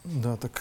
Да, так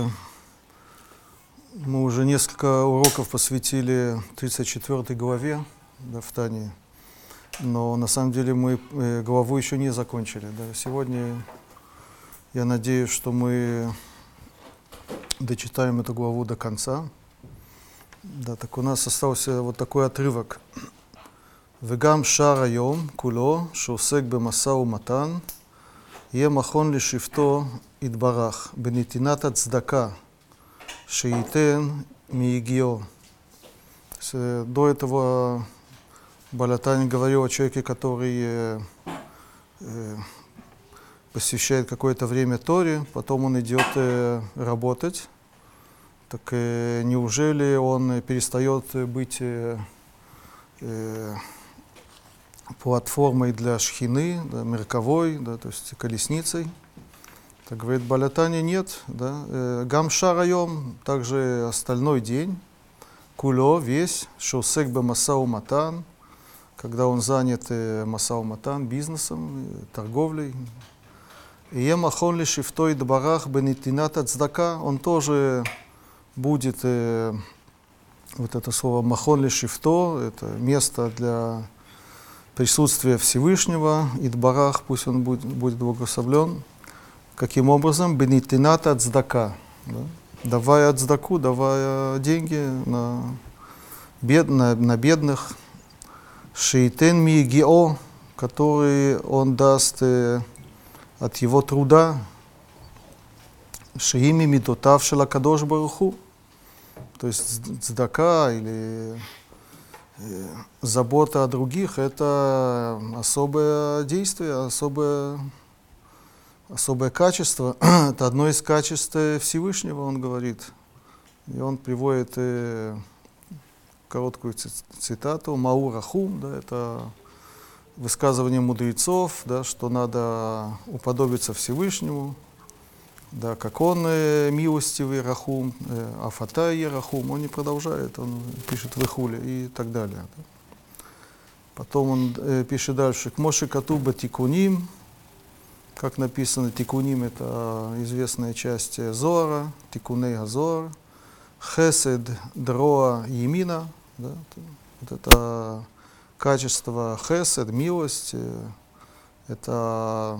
мы уже несколько уроков посвятили 34 главе, да, в Тании, но на самом деле мы главу еще не закончили. Да. Сегодня я надеюсь, что мы дочитаем эту главу до конца. Да, так у нас остался вот такой отрывок. וגם שאר היום כולו שעוסק במשא ומתן יהיה מכון לשבטו יתברך בנתינת הצדקה שייתן מיגיעו. До этого Балатани говорил о человеке, который посвящает какое-то время Торе, потом он идет работать. Так неужели он перестает быть платформой для шхины, да, мерковой, да, то есть колесницей? Так говорит Балатани, нет. Да. Гам шарайом, также остальной день, куло, весь, шоусек бе масау-матан, когда он занят масау-матан, бизнесом, торговлей. И махон ли шифто и дбарах бенитинат ацдака, он тоже будет, вот это слово махон ли шифто, это место для присутствия Всевышнего, идбарах, пусть он будет благословлен. Каким образом? Бенитинат ацдака. Да? Давая ацдаку, давая деньги на бедных. Шейтен мигио, который он даст от его труда. Шеими мидотав шела кадош баруху. То есть цдака или забота о других — это особое действие, особое качество. Это одно из качеств Всевышнего, он говорит. И он приводит короткую цитату «Мау рахум», да, это высказывание мудрецов, да, что надо уподобиться Всевышнему, да, как он милостивый рахум, афатай рахум, он не продолжает, он пишет в Ихуле и так далее. Да. Потом он пишет дальше «Кмоши катуба тикуним», как написано, тикуним — это известная часть Зоара, тикуней газоар, хесед дроа емина, да, вот это качество хесед, милость, это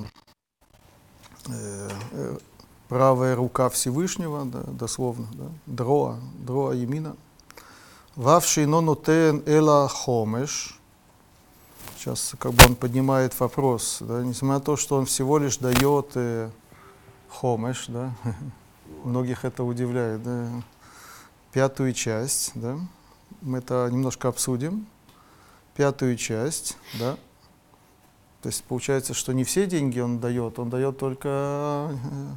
правая рука Всевышнего, да, дословно, да, дроа емина. Вавший но нотен эла хомеш. Сейчас как бы он поднимает вопрос, да, несмотря на то, что он всего лишь дает хомеш, да, многих это удивляет, да, пятую часть, да, мы это немножко обсудим, пятую часть, да, то есть получается, что не все деньги он дает только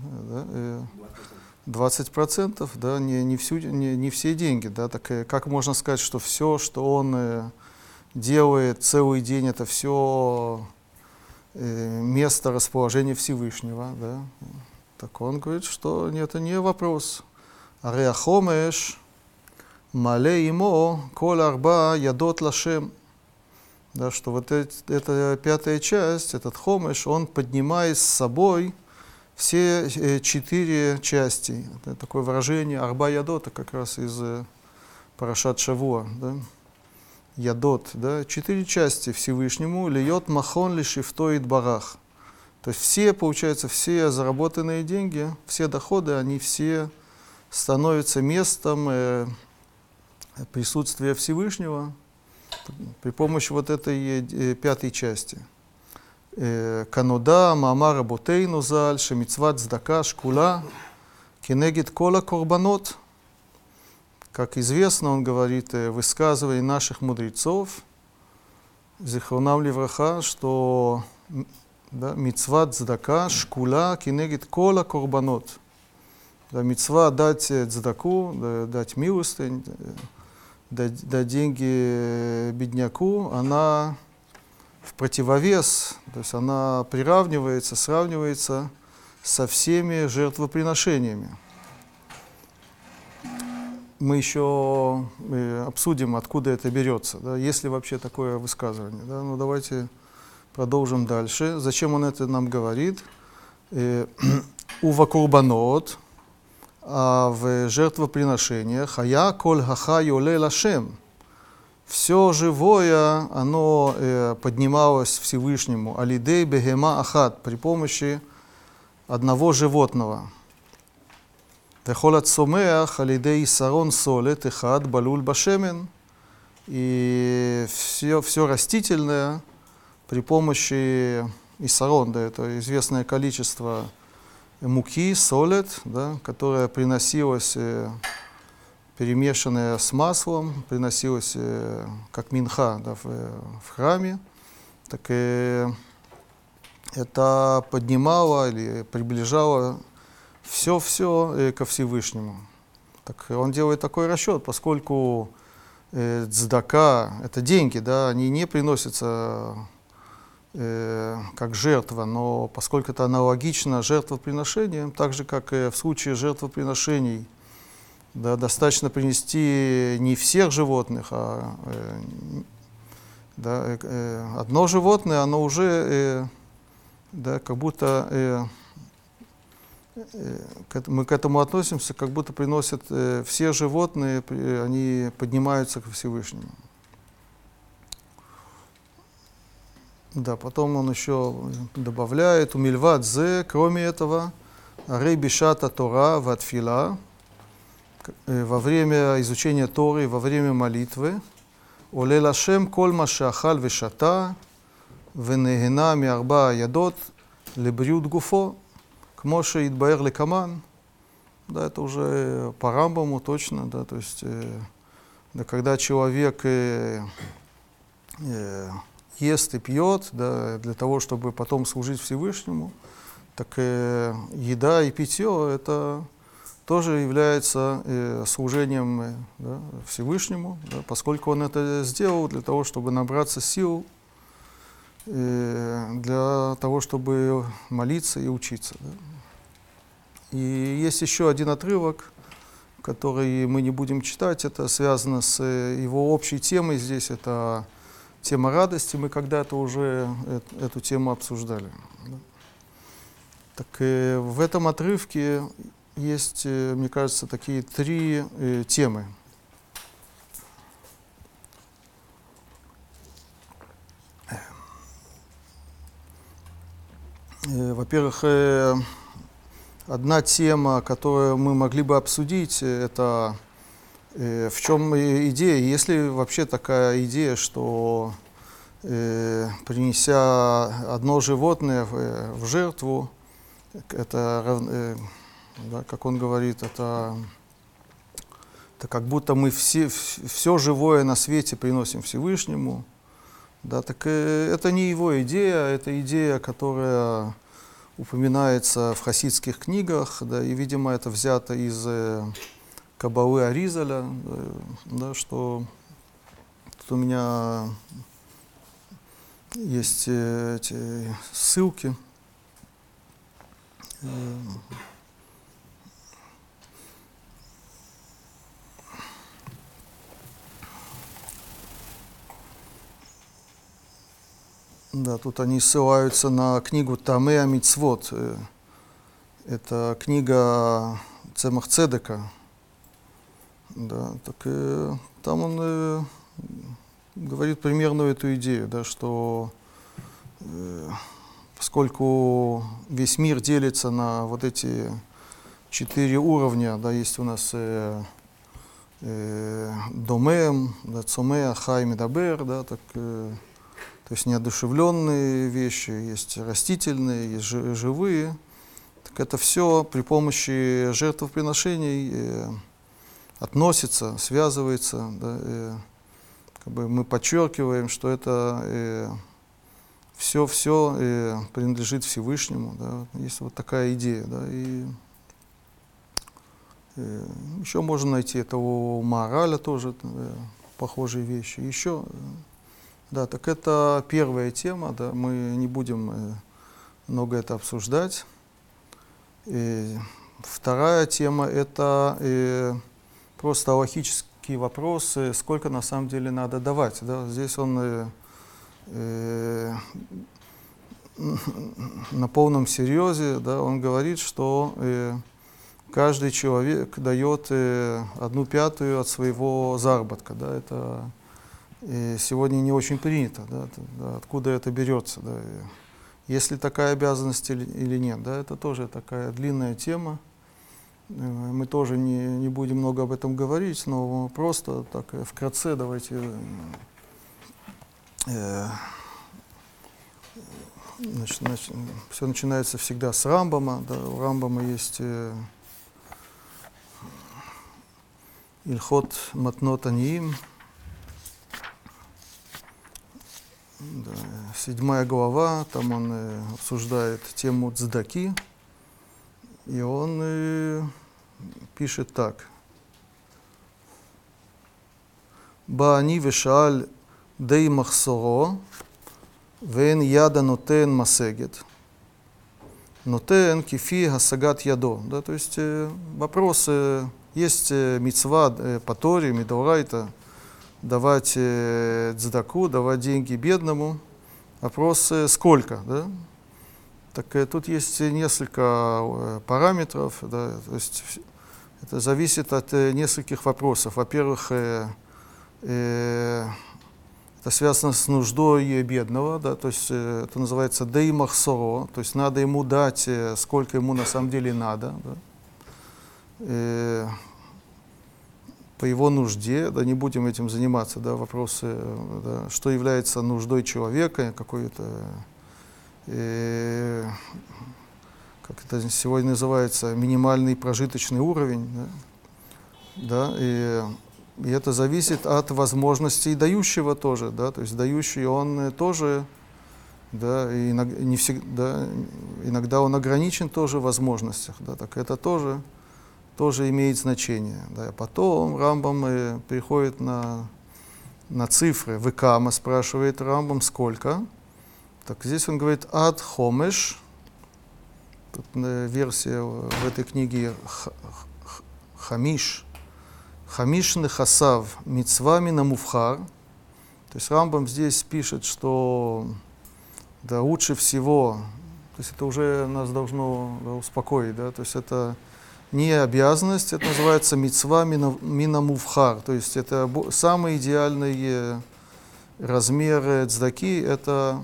20%, да, не все деньги, да, так как можно сказать, что все, что он делает целый день, это все место расположения Всевышнего, да. Так он говорит, что нет, это не вопрос. Ареа хомеш мале имо кол арба ядот лашем. Да, что вот эта пятая часть, этот хомеш, он поднимает с собой все 4 части. Это такое выражение арба ядота, как раз из Парашат Шавуа, да. Ядот, да, 4 части Всевышнему, льет махон лишифто идбарах. То есть все, получается, все заработанные деньги, все доходы, они все становятся местом присутствия Всевышнего при помощи вот этой 5 части. Канода, маамар работейну заль, шемицват цдака, шкула, кенегит кола корбанот. Как известно, он говорит, высказывая наших мудрецов, зихронам ливраха, что да, мицват цдака, шкула, кенегит кола корбанот. Да, мицва дать цдаку, дать милостынь, дать деньги бедняку, она в противовес, то есть она приравнивается, сравнивается со всеми жертвоприношениями. Мы еще обсудим, откуда это берется, да, есть ли вообще такое высказывание. Да. Ну, давайте продолжим дальше. Зачем он это нам говорит? Ува курбанот, А в жертвоприношениях «Хая коль хахай оле лашем» все живое, оно поднималось Всевышнему «Алидей бегема ахат» при помощи одного животного. «Вехол ацомеах алидей исарон солет эхад балуль башемен». И все растительное при помощи исарон, да, это известное количество муки, солет, да, которая приносилась, перемешанная с маслом, приносилась как минха, да, в храме, так это поднимало или приближало все ко Всевышнему. Так он делает такой расчет, поскольку цдака — это деньги, да, они не приносятся как жертва, но поскольку это аналогично жертвоприношениям, так же, как и в случае жертвоприношений, да, достаточно принести не всех животных, а да, одно животное, оно уже да, как будто мы к этому относимся, как будто приносят все животные, они поднимаются к Всевышнему. Да, потом он еще добавляет «Умильват зе», кроме этого, «Рей бишата Тора ватфила», во время изучения Торы, во время молитвы, «Оле лашем кол ма шеахал вешата, венегена миарба ядот, лебриут гуфо, кмоше идбаэр лекаман». Да, это уже по Рамбаму точно, да, то есть, да, когда человек ест и пьет, да, для того, чтобы потом служить Всевышнему, так еда и питье — это тоже является служением, да, Всевышнему, да, поскольку он это сделал для того, чтобы набраться сил, для того, чтобы молиться и учиться. Да. И есть еще один отрывок, который мы не будем читать, это связано с его общей темой здесь, это тема радости, мы когда-то уже эту тему обсуждали. Да. Так в этом отрывке есть, мне кажется, такие три темы. Во-первых, одна тема, которую мы могли бы обсудить, это в чем идея, есть ли вообще такая идея, что принеся одно животное в жертву, это, да, как он говорит, это как будто мы все живое на свете приносим Всевышнему. Да, так это не его идея, это идея, которая упоминается в хасидских книгах, да, и, видимо, это взято из Каббалы Аризаля, да, что тут у меня есть эти ссылки. Да, тут они ссылаются на книгу Тамеа Мицвот. Это книга Цемах Цедека. Да, так там он говорит примерно эту идею, да, что поскольку весь мир делится на вот эти 4 уровня, да, есть у нас домем, да, цомеа, хай, медабер, да, так, то есть неодушевленные вещи, есть растительные, есть живые. Так это все при помощи жертвоприношений относится, связывается. Да, как бы мы подчеркиваем, что это все принадлежит Всевышнему. Да. Есть вот такая идея. Да, и еще можно найти это у Маораля тоже похожие вещи. Еще, да, так это первая тема, да, мы не будем много это обсуждать. И вторая тема — это просто алахические вопросы, сколько на самом деле надо давать. Да. Здесь он на полном серьезе, да, он говорит, что каждый человек дает 1/5 от своего заработка. Да, это сегодня не очень принято. Да, откуда это берется? Да, есть ли такая обязанность или нет? Да, это тоже такая длинная тема. Мы тоже не будем много об этом говорить, но просто так вкратце давайте. Все начинается всегда с Рамбама. Да, у Рамбама есть Ильхот Матнот Аниим, да, 7 глава, там он обсуждает тему цдаки, и он пишет так. Баани вешааль дей махсоро, вен яда нотен масегет. Нотен кифи хасагат ядо. Да, то есть вопрос, есть мицва по Торе, мидорайта, давать цдаку, давать деньги бедному. Вопрос, сколько, да? Так тут есть несколько параметров, да, то есть это зависит от нескольких вопросов. Во-первых, это связано с нуждой бедного, да, то есть это называется дей махсоро, то есть надо ему дать, сколько ему на самом деле надо, да. По его нужде, да, не будем этим заниматься, да, вопросы, да, что является нуждой человека, какой-то, как это сегодня называется, минимальный прожиточный уровень, да, и это зависит от возможностей дающего тоже, да, то есть дающий он тоже, да, и не всегда, иногда он ограничен тоже в возможностях, да, так это тоже имеет значение. Да. Потом Рамбам переходит на цифры. Векама спрашивает Рамбам, сколько. Так здесь он говорит ад хомеш. Тут версия в этой книге хамиш. Хамиш нехасав мицвами на муфхар. То есть Рамбам здесь пишет, что да, лучше всего, то есть это уже нас должно, да, успокоить, да, то есть это не обязанность, это называется мицва минамувхар, то есть это самый идеальный размер цдаки, это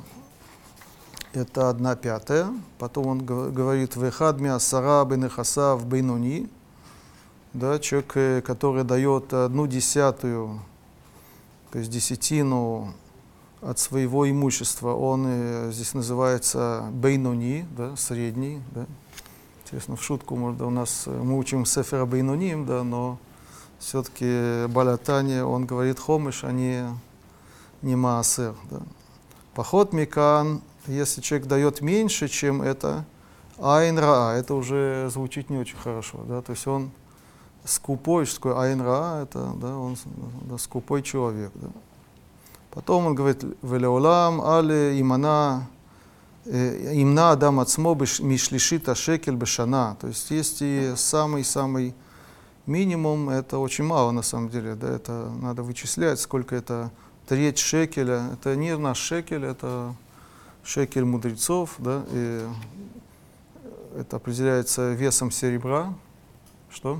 1/5. Потом он говорит вехад миасара бенехасав бейнони, да, человек, который дает 1/10, то есть десятину от своего имущества, он здесь называется бейнони, да, средний, да. Интересно, в шутку, может, у нас мы учим Сефера Бейнуним, да, но все-таки Балатани, он говорит хомыш, а не маасер. Да. Поход микан, если человек дает меньше, чем это, айн раа, это уже звучит не очень хорошо. Да, то есть он скупой, что такое айн раа, это, да, он, да, скупой человек. Да. Потом он говорит, велеолам, але имана, имна адам ацмо мишлишита шекель бешана. То есть есть и самый минимум, это очень мало на самом деле, да, это надо вычислять, сколько это треть шекеля, это не наш шекель, это шекель мудрецов, да, и это определяется весом серебра. Что?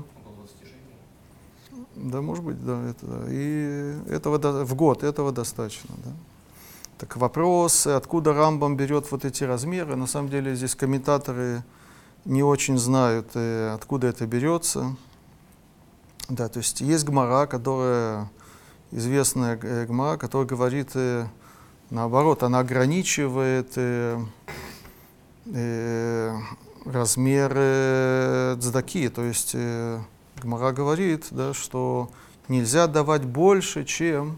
Да, может быть, да, это, да. И этого в год этого достаточно, да. Так вопрос, откуда Рамбам берет вот эти размеры, на самом деле здесь комментаторы не очень знают, откуда это берется. Да, то есть есть гмара, которая, известная гмара, которая говорит, наоборот, она ограничивает размеры цдаки, то есть гмара говорит, да, что нельзя давать больше, чем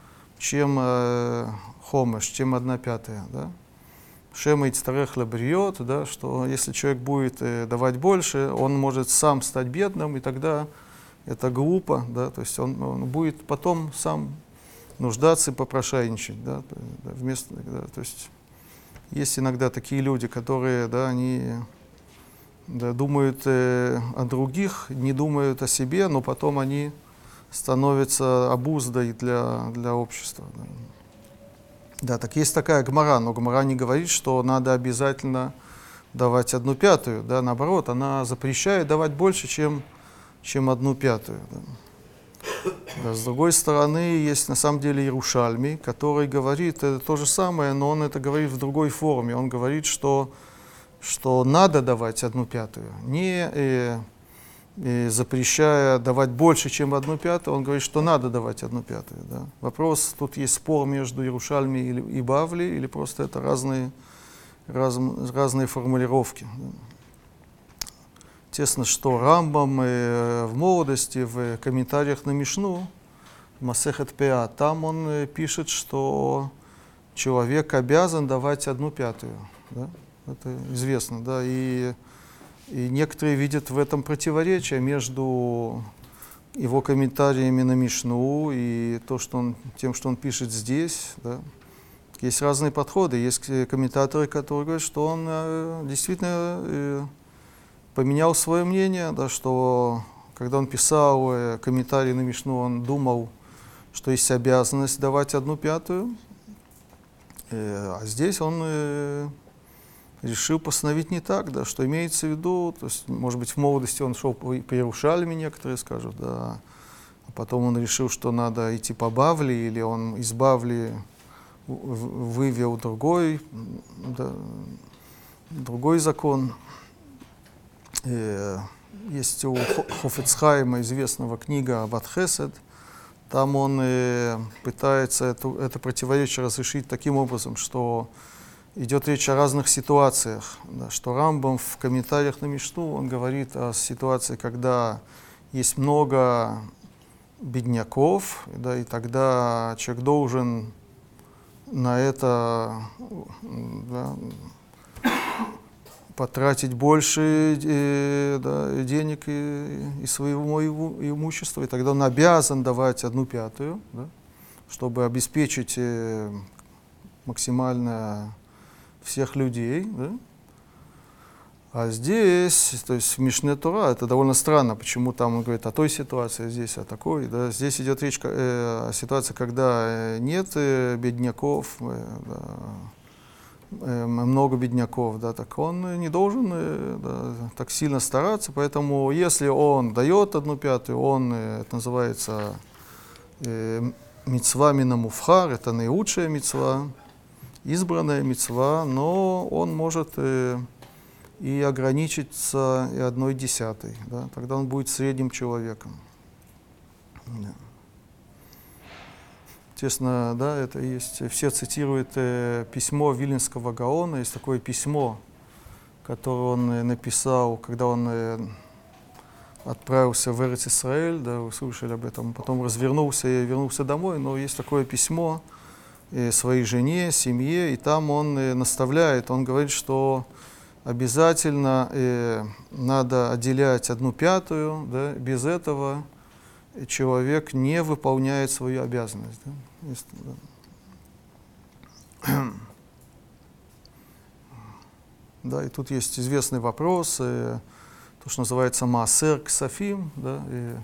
хомеш, чем 1/5, да. Шема ицтарех лабриот, да, что если человек будет давать больше, он может сам стать бедным, и тогда это глупо, да, то есть он будет потом сам нуждаться и попрошайничать, да, вместо, да, то есть есть иногда такие люди, которые, да, они, да, думают о других, не думают о себе, но потом они становятся обуздой для общества. Да. Да, так есть такая гмара, но гмара не говорит, что надо обязательно давать 1/5, да, наоборот, она запрещает давать больше, чем 1/5. Да. Да, с другой стороны, есть на самом деле Иерушальми, который говорит то же самое, но он это говорит в другой форме. Он говорит, что надо давать 1/5, не запрещая давать больше, чем 1/5, он говорит, что надо давать 1/5. Да. Вопрос, тут есть спор между Иерушальми и Бавли, или просто это разные формулировки. Да. Естественно, что Рамбам в молодости, в комментариях на Мишну, Масехет Пеа, там он пишет, что человек обязан давать 1/5. Да? Это известно. Да? И некоторые видят в этом противоречие между его комментариями на Мишну и тем, что он пишет здесь. Да? Есть разные подходы. Есть комментаторы, которые говорят, что он действительно поменял свое мнение, да, что когда он писал комментарий на Мишну, он думал, что есть обязанность давать 1/5, а здесь он решил постановить не так, да, что имеется в виду, то есть, может быть, в молодости он шел по Иерушалиме, некоторые скажут, да, а потом он решил, что надо идти по Бавли, или он из Бавли вывел другой закон. Есть у Хофец Хаима известного книга Ават Хесед. Там он пытается это противоречие разрешить таким образом, что идет речь о разных ситуациях. Да, что Рамбам в комментариях на Мишну он говорит о ситуации, когда есть много бедняков, да, и тогда человек должен на это потратить больше денег и своего имущества, и тогда он обязан давать 1/5, да, чтобы обеспечить максимально всех людей. Да. А здесь, то есть в Мишне Тора, это довольно странно, почему там он говорит о той ситуации, а здесь о такой. Да. Здесь идет речь о ситуации, когда нет бедняков, много бедняков, да, так он не должен так сильно стараться, поэтому если он дает 1/5, это называется мицва мина муфхар, это наилучшая мицва, избранная мицва, но он может и ограничиться и 1/10, да, тогда он будет средним человеком. Да. Естественно, да, это есть, все цитируют письмо Виленского Гаона, есть такое письмо, которое он написал, когда он отправился в Эрец-Исраэль, да, вы слышали об этом, потом развернулся и вернулся домой, но есть такое письмо своей жене, семье, и там он наставляет, он говорит, что обязательно надо отделять 1/5, да, без этого человек не выполняет свою обязанность. Да? Да, и тут есть известный вопрос, то, что называется маасер ксафим. Да,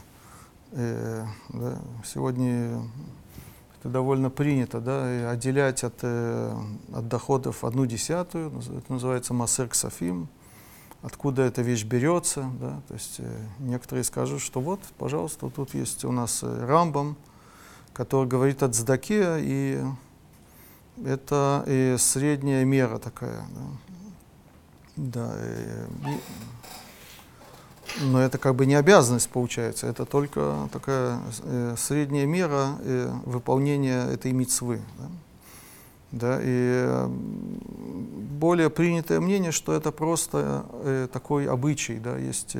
да, сегодня это довольно принято, да, и отделять от доходов 1/10, это называется маасер ксафим. Откуда эта вещь берется, да, то есть некоторые скажут, что вот, пожалуйста, тут есть у нас Рамбам, который говорит о цдаке, и это и средняя мера такая, да. Но это как бы не обязанность получается, это только такая средняя мера выполнения этой мицвы. Да. Да, и более принятое мнение, что это просто такой обычай, да, есть,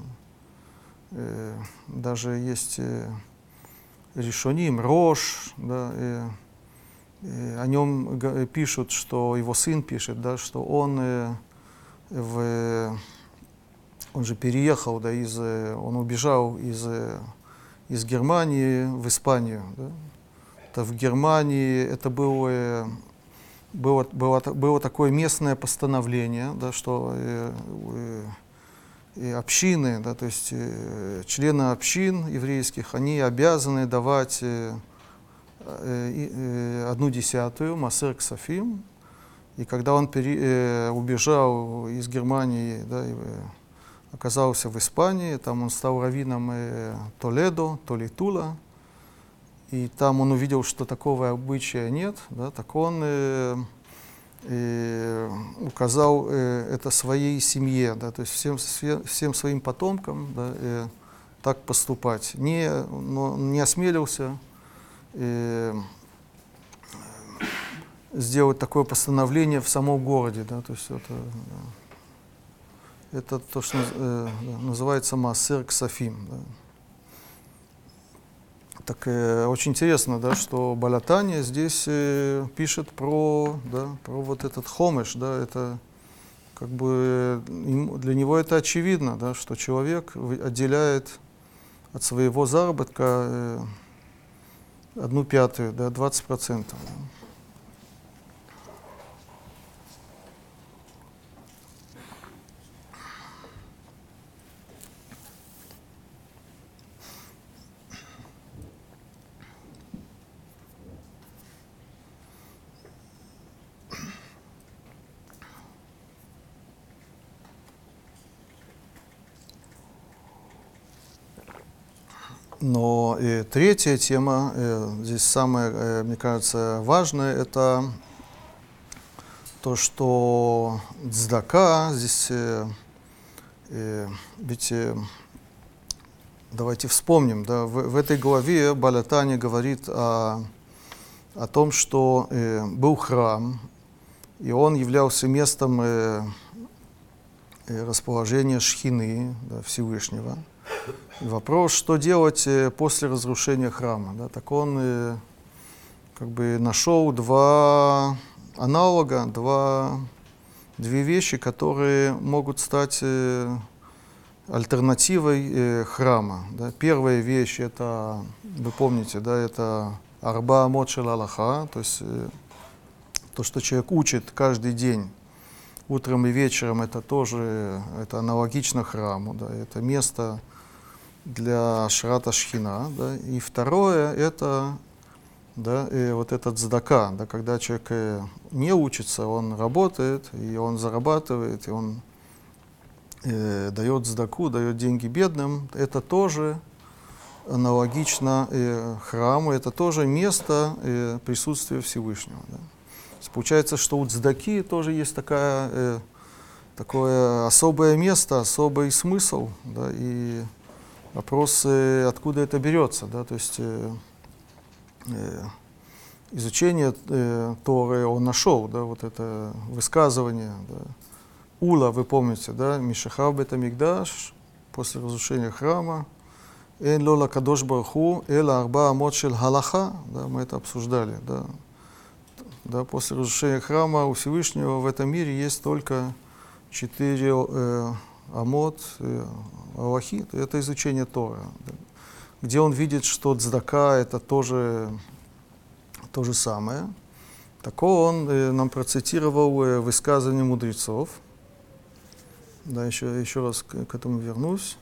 даже есть решоним, Рош, да, о нем пишут, что его сын пишет, да, что он же переехал, да, он убежал из Германии в Испанию. Да. В Германии это было такое местное постановление, да, что общины, да, то есть члены общин еврейских, они обязаны давать 1/10 маасер ксафим, И когда он убежал из Германии, да, и оказался в Испании, там он стал раввином Толедо, Толитула, и там он увидел, что такого обычая нет, да, так он указал это своей семье, да, то есть всем своим потомкам, да, так поступать. Но не осмелился сделать такое постановление в самом городе, да, то есть это то, что называется Маасер Ксафим. Да. Так очень интересно, да, что Бааль ха-Тanya здесь пишет про вот этот хомеш, да, это как бы для него это очевидно, да, что человек отделяет от своего заработка 1/5, да, 20%. Да. Но третья тема, здесь самая, мне кажется, важная, это то, что цдака, здесь ведь давайте вспомним, да, в этой главе Бааль ха-Тanya говорит о том, что был храм, и он являлся местом расположения Шхины, да, Всевышнего. И вопрос, что делать после разрушения храма. Да, так он как бы нашел два аналога, две вещи, которые могут стать альтернативой храма. Да. Первая вещь, это, вы помните, да, это арба амот шел алаха, то есть то, что человек учит каждый день, утром и вечером, это тоже аналогично храму, да, это место для Шрата Шхина, да. И второе, это, да, вот этот цдака, да, когда человек не учится, он работает, и он зарабатывает, и он дает цдаку, дает деньги бедным, это тоже аналогично храму, это тоже место присутствия Всевышнего. Да. Получается, что у цдаки тоже есть такое особое место, особый смысл, да, и вопрос, откуда это берется, да, то есть изучение Торы он нашел, да, вот это высказывание, да. Ула, вы помните, да, Мишахав бет амикдаш, после разрушения храма, эн ло лакадош барух ху эла арба амот шель халаха, да, мы это обсуждали, да. Да, после разрушения храма у Всевышнего в этом мире есть только 4 амот алахи, это изучение Тора, да, где он видит, что цдака это тоже то же самое. Такого он нам процитировал высказывание мудрецов. Да, еще раз к этому вернусь.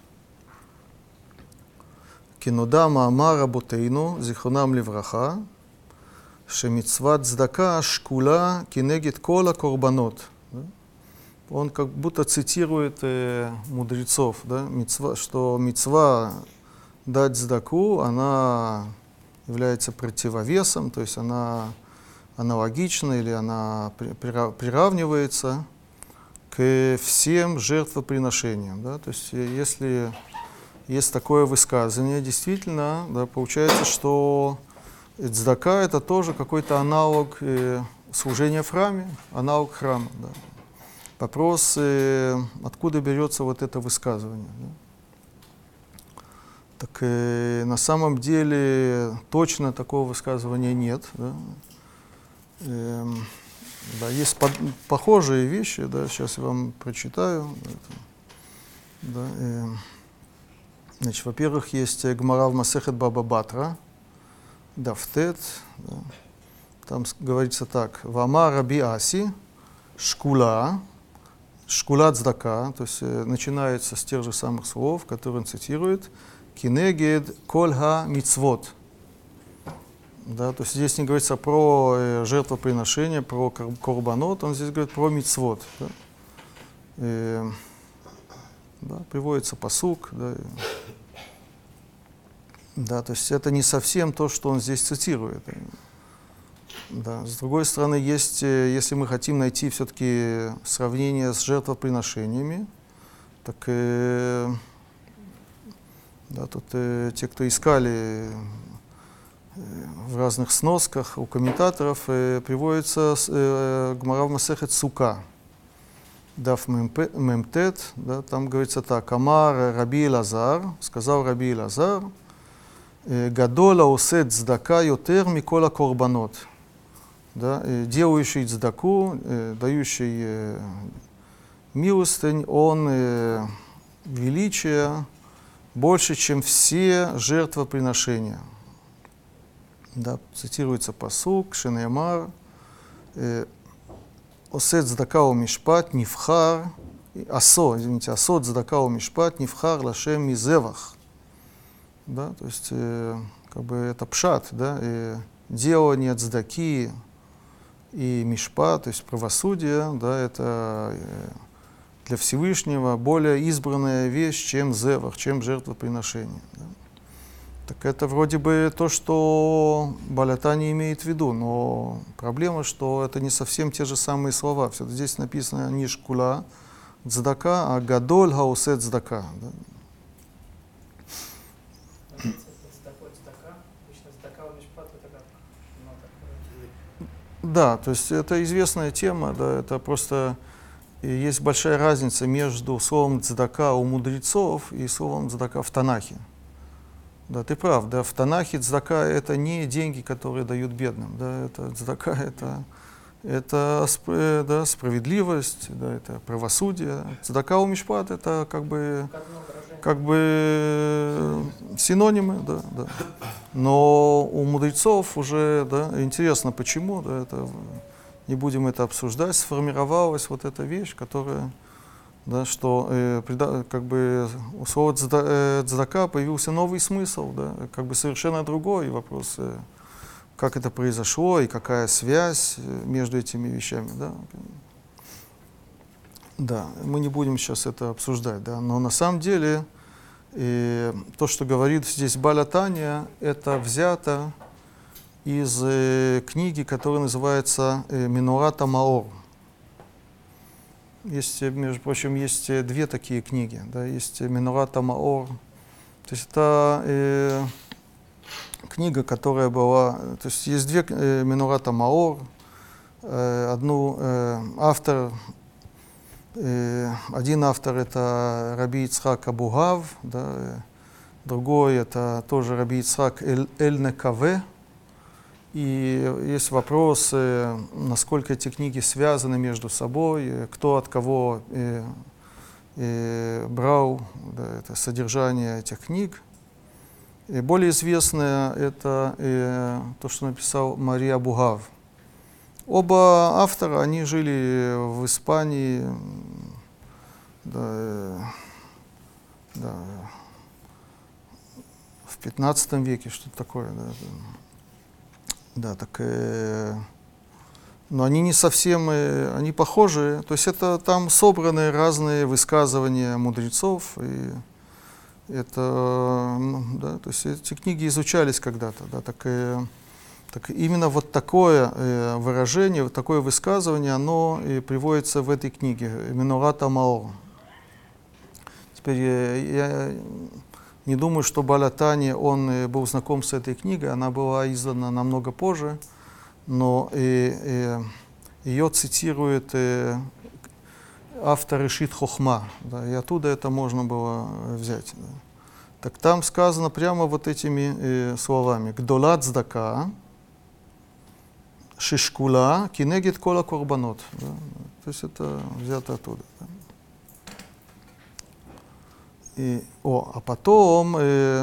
Кинода маамар работейну зихронам ливраха шемицват цдака шкула кинегет кола корбанот. Он как будто цитирует мудрецов, да, что мицва дать цдаку, она является противовесом, то есть она аналогична или она приравнивается к всем жертвоприношениям. Да? То есть если есть такое высказывание, действительно, да, получается, что цдака это тоже какой-то аналог служения в храме, аналог храма. Да. Вопрос, откуда берется вот это высказывание. Да? Так на самом деле точно такого высказывания нет. Да? Да, есть похожие вещи, да, сейчас я вам прочитаю. Да, значит, во-первых, есть Гмара в Масехет Баба Батра, Дафтет, да, там говорится так: Вама Раби Аси, шкула цдака, то есть начинается с тех же самых слов, которые он цитирует, кинегед кольха мицвот. Да, то есть здесь не говорится про жертвоприношение, про корбанот, он здесь говорит про мицвот. Да. Да, приводится пасук. Да, да, то есть это не совсем то, что он здесь цитирует. Да. С другой стороны, есть, если мы хотим найти все-таки сравнение с жертвоприношениями, так да, тут те, кто искали в разных сносках у комментаторов, приводится Гмара в Масехет Сука, Даф Мемтет, да, там говорится так: Амар Раби Элазар, сказал Раби Элазар, Гадола усет цдака йотер микола корбанот, да, делающий цдаку, дающий милостынь, он величие больше, чем все жертвоприношения. Да, цитируется пасук, Шенеамар, Осет цдака умишпат нивхар, асо цдака умишпат нивхар лашем мизевах. Да, то есть, как бы это пшат, да, делание цдаки и мишпат, то есть правосудие, да, это для Всевышнего более избранная вещь, чем зевах, чем жертвоприношение. Да. Так это вроде бы то, что Бааль ха-Тания имеет в виду, но проблема, что это не совсем те же самые слова. Все здесь написано не шкула цдака, а гадоль хаусе цдака. Да. Да, то есть это известная тема, да, это просто есть большая разница между словом цдака у мудрецов и словом цдака в Танахе. Да, ты прав, да, в Танахе цдака это не деньги, которые дают бедным, да, это цдака это да, справедливость, да, это правосудие. Цдака у мишпат это как бы синонимы, да, да. Но у мудрецов уже, да, интересно почему, да, это, не будем это обсуждать, сформировалась вот эта вещь, которая, да, что как бы у слова цдака появился новый смысл, да, как бы совершенно другой вопрос, как это произошло и какая связь между этими вещами, да. Да, мы не будем сейчас это обсуждать, да, но на самом деле то, что говорит здесь Бааль ха-Тания, это взято из книги, которая называется «Менорат ха-Маор». Есть, между прочим, есть две такие книги, да, есть «Менорат ха-Маор», то есть это книга, которая была, то есть есть две «Менорат ха-Маор», одну автор, один автор это Раби Ицхак Абу-Гав, да, другой это тоже Раби Ицхак Эль-Некаве. И есть вопрос, насколько эти книги связаны между собой, кто от кого брал, да, это содержание этих книг. И более известное это то, что написал Мари Абу-Гав. Оба автора, они жили в Испании, да, да, в 15 веке, что-то такое. Да, да, так, но они не совсем, они похожи, то есть это там собраны разные высказывания мудрецов, и это, да, то есть эти книги изучались когда-то, да, так именно вот такое выражение, вот такое высказывание, оно и приводится в этой книге «Менорат ха-Маор». Теперь я не думаю, что Бааль ха-Тания, он был знаком с этой книгой, она была издана намного позже, но ее цитирует автор Решит Хохма, да, и оттуда это можно было взять. Да. Так там сказано прямо вот этими словами «Гдола цдака, шишкула, кинегет кола корбанот». Да. То есть это взято оттуда. Да. А потом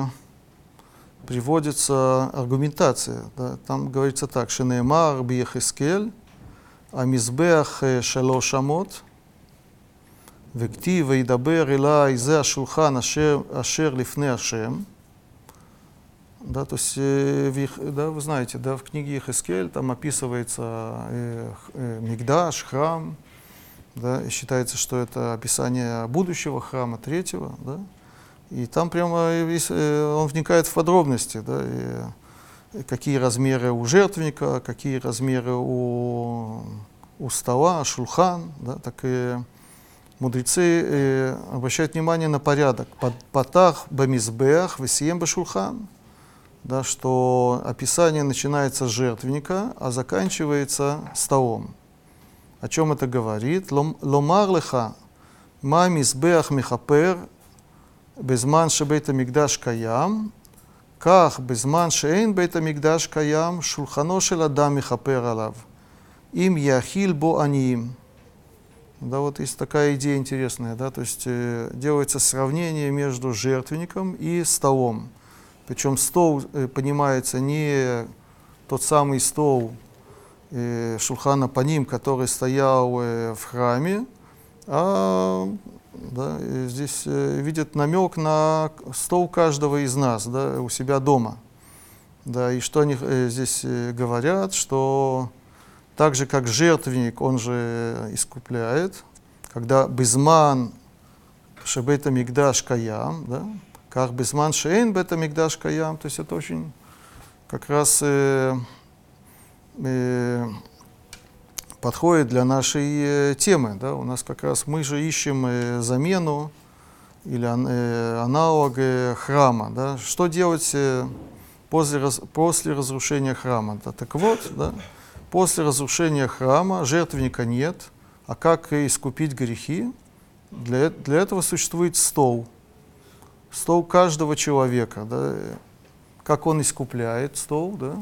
приводится аргументация. Да. Там говорится так: «Шенеемар би-Ехескель, амизбеах шалош амот, וכתיב וידבר אליי זה השולחן אשר לפני השם». Да, то есть, да, вы знаете, да, в книге Йехескель там описывается Микдаш, храм, да, и считается, что это описание будущего храма, третьего, да, и там прямо он вникает в подробности, да, и какие размеры у жертвенника, какие размеры у стола, шулхан, да, так и мудрецы обращают внимание на порядок. Патах бамизбеах весием башулхан, да, что описание начинается с жертвенника, а заканчивается столом. О чем это говорит? Ломар леха ма мизбеах михапер безман шебейт амикдаш каям, ках безман шеэйн бейт амикдаш каям, шулхано шел адам михапер алав, им яхил бо аниим. Да, вот есть такая идея интересная, да, то есть делается сравнение между жертвенником и столом. Причем стол понимается не тот самый стол Шулхан Апаним, который стоял в храме, а да, здесь видят намек на стол каждого из нас, да, у себя дома. Да, и что они здесь говорят, что так же, как жертвенник, он же искупляет, когда безман шебейт амикдаш каям, да, как безман шеэйн бейт амикдаш каям, то есть это очень как раз подходит для нашей темы. Да? У нас как раз мы же ищем замену или аналог храма. Да? Что делать после разрушения храма? Да? Так вот, да? После разрушения храма жертвенника нет, а как искупить грехи? Для этого существует стол. Стол каждого человека. Да? Как он искупляет стол? Да?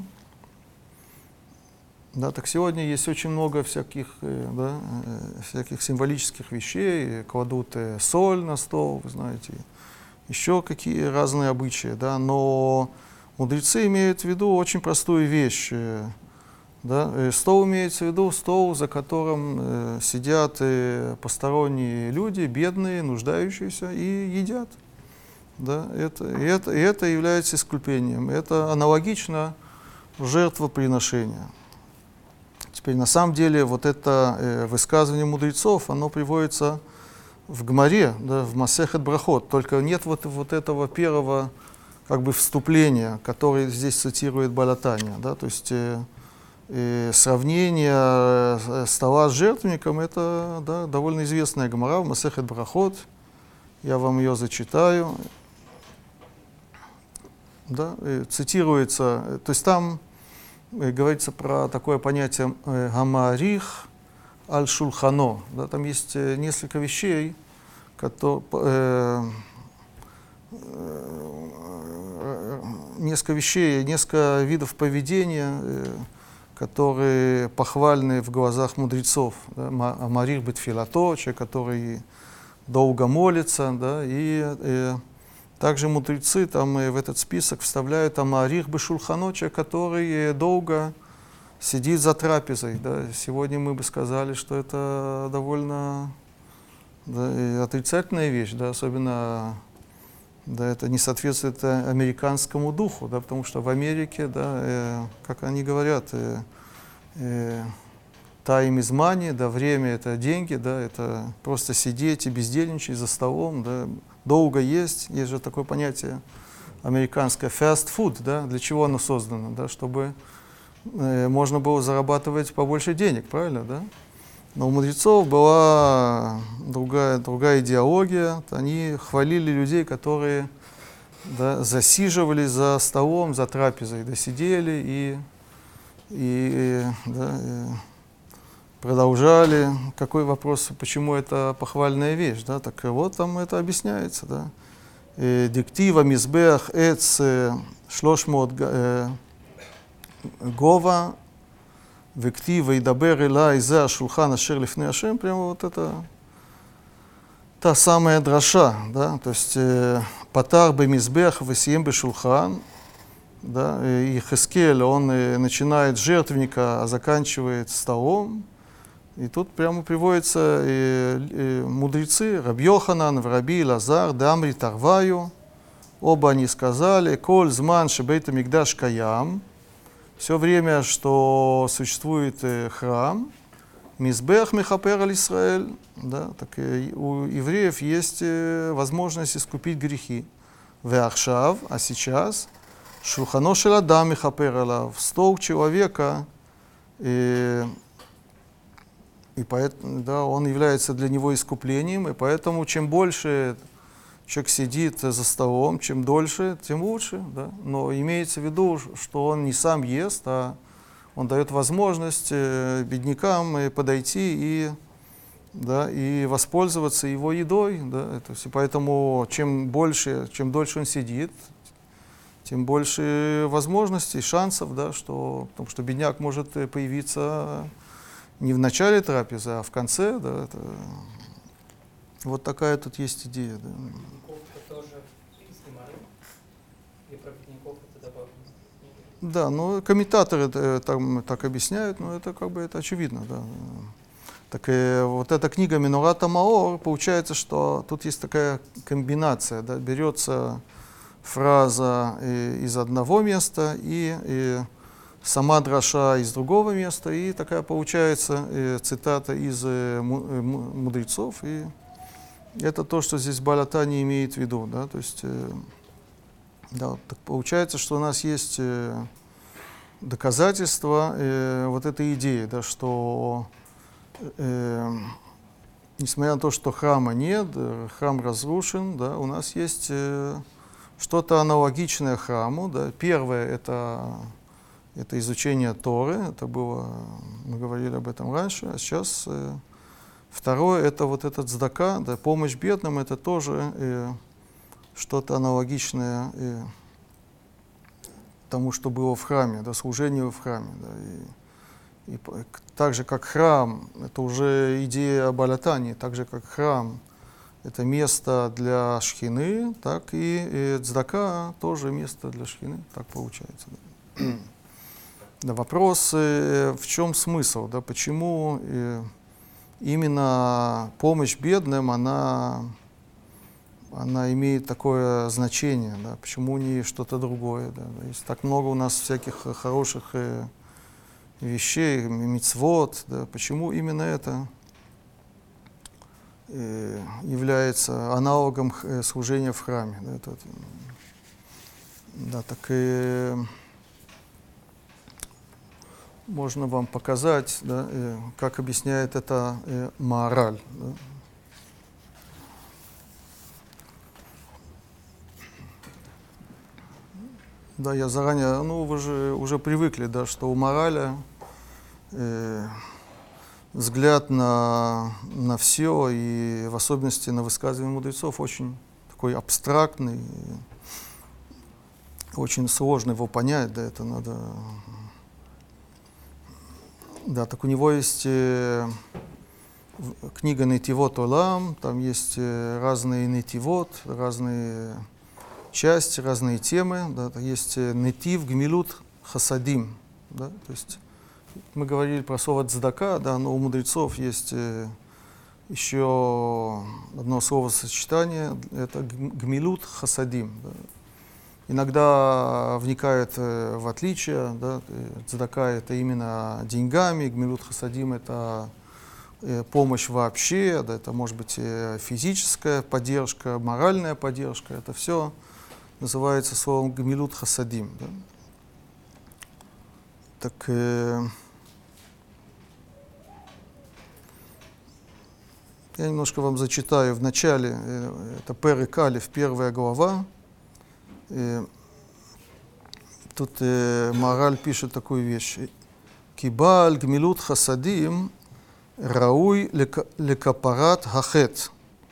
Да, так сегодня есть очень много всяких, да, всяких символических вещей. Кладут соль на стол, вы знаете, еще какие разные обычаи. Да? Но мудрецы имеют в виду очень простую вещь. Да? Стол имеется в виду стол, за которым сидят посторонние люди, бедные, нуждающиеся, и едят. Да? Это является искуплением. Это аналогично жертвоприношению. Теперь, на самом деле, вот это высказывание мудрецов, оно приводится в Гмаре, да, в Масехет Брахот, только нет вот этого первого как бы вступления, которое здесь цитирует Бааль ха-Тanya, да, то есть сравнение стола с жертвенником, это, да, довольно известная Гмара в Масехет Брахот, я вам ее зачитаю, да, цитируется, то есть там говорится про такое понятие гамарих аль-шулхано. Да, там есть несколько вещей, несколько видов поведения, которые похвальны в глазах мудрецов. Да, амарих бетфилато, человек, который долго молится, да, и также мудрецы там в этот список вставляют амарих бешулхано, человек, который долго сидит за трапезой. Да. Сегодня мы бы сказали, что это довольно, да, отрицательная вещь, да, особенно, да, это не соответствует американскому духу, да, потому что в Америке, да, как они говорят, time is money, да, время это деньги, да, это просто сидеть и бездельничать за столом, да, долго есть же такое понятие американское fast food, да, для чего оно создано, да, чтобы можно было зарабатывать побольше денег, правильно, да? Но у мудрецов была другая идеология, они хвалили людей, которые, да, засиживались за столом, за трапезой, да, сидели да, продолжали. Какой вопрос, почему это похвальная вещь, да? Так вот там это объясняется, да. Диктива мизбеах эц 300 гова, вектива и дабер элай за шулхан ашер лифней Ашем, прямо вот это та самая драша, да, то есть патар бемизбеах весием бешулхан, да, и Йехескель, он начинает с жертвенника, а заканчивает столом. И тут прямо приводятся мудрецы, Раб Йоханан, Раби Элазар, Дамри Тарваю, Оба они сказали, «Коль зман шебейт амикдаш каям», все время, что существует храм, «Мизбех мехапер аль Исраэль», да, так у евреев есть возможность искупить грехи. «Веахшав», а сейчас, «Шулхано шел адам мехапер алав», стол человека, и поэтому, да, он является для него искуплением, и поэтому чем больше человек сидит за столом, чем дольше, тем лучше. Да? Но имеется в виду, что он не сам ест, а он дает возможность беднякам подойти и, да, и воспользоваться его едой. Да? То есть, и поэтому чем дольше он сидит, тем больше возможностей, шансов, да, потому что бедняк может появиться не в начале трапезы, а в конце. Да, вот такая тут есть идея. Да. Это тоже снимали? И про бедняков это добавлено? Да, ну комментаторы там так объясняют, но это как бы это очевидно. Да. Так вот эта книга Менорат ха-Маор, получается, что тут есть такая комбинация, да, берется фраза из одного места и сама драша из другого места, и такая получается цитата из мудрецов, и это то, что здесь Бааль ха-Тanya имеет в виду, да, то есть, да, так получается, что у нас есть доказательства вот этой идеи, да, что несмотря на то, что храма нет, храм разрушен, да, у нас есть что-то аналогичное храму, да. Первое это изучение Торы, это было, мы говорили об этом раньше, а сейчас второе это вот этот цдака, да, помощь бедным, это тоже что-то аналогичное тому, что было в храме, да, служению в храме. Да, и так же, как храм, это уже идея Бааль ха-Таньи, так же, как храм, это место для шхины, так и цдака тоже место для шхины, так получается. Да. Да, вопрос, в чем смысл, да, почему именно помощь бедным, она имеет такое значение, да, почему не что-то другое. Да. Есть так много у нас всяких хороших вещей, мицвот, да, почему именно это является аналогом служения в храме. Да, да, так можно вам показать, да, как объясняет это Маораль. Да. Да, я заранее, ну вы же уже привыкли, да, что у Маораля взгляд на все, и в особенности на высказывания мудрецов, очень такой абстрактный, очень сложно его понять, да, это надо... Да, так у него есть книга Нетивот Олам, там есть разные нетивот, разные части, разные темы, да, есть нетив гмилут хасадим, да, то есть мы говорили про слово цдака, да, но у мудрецов есть еще одно словосочетание, это гмилут хасадим. Да. Иногда вникают в отличия, да, цдака это именно деньгами, гмилут хасадим это помощь вообще, да, это может быть физическая поддержка, моральная поддержка, это все называется словом гмилут хасадим. Да. Так я немножко вам зачитаю в начале, это Перек Алеф, первая глава. Тут Маораль пишет такую вещь. Кибааль гмилут хасадим рауй лекапарат хахет.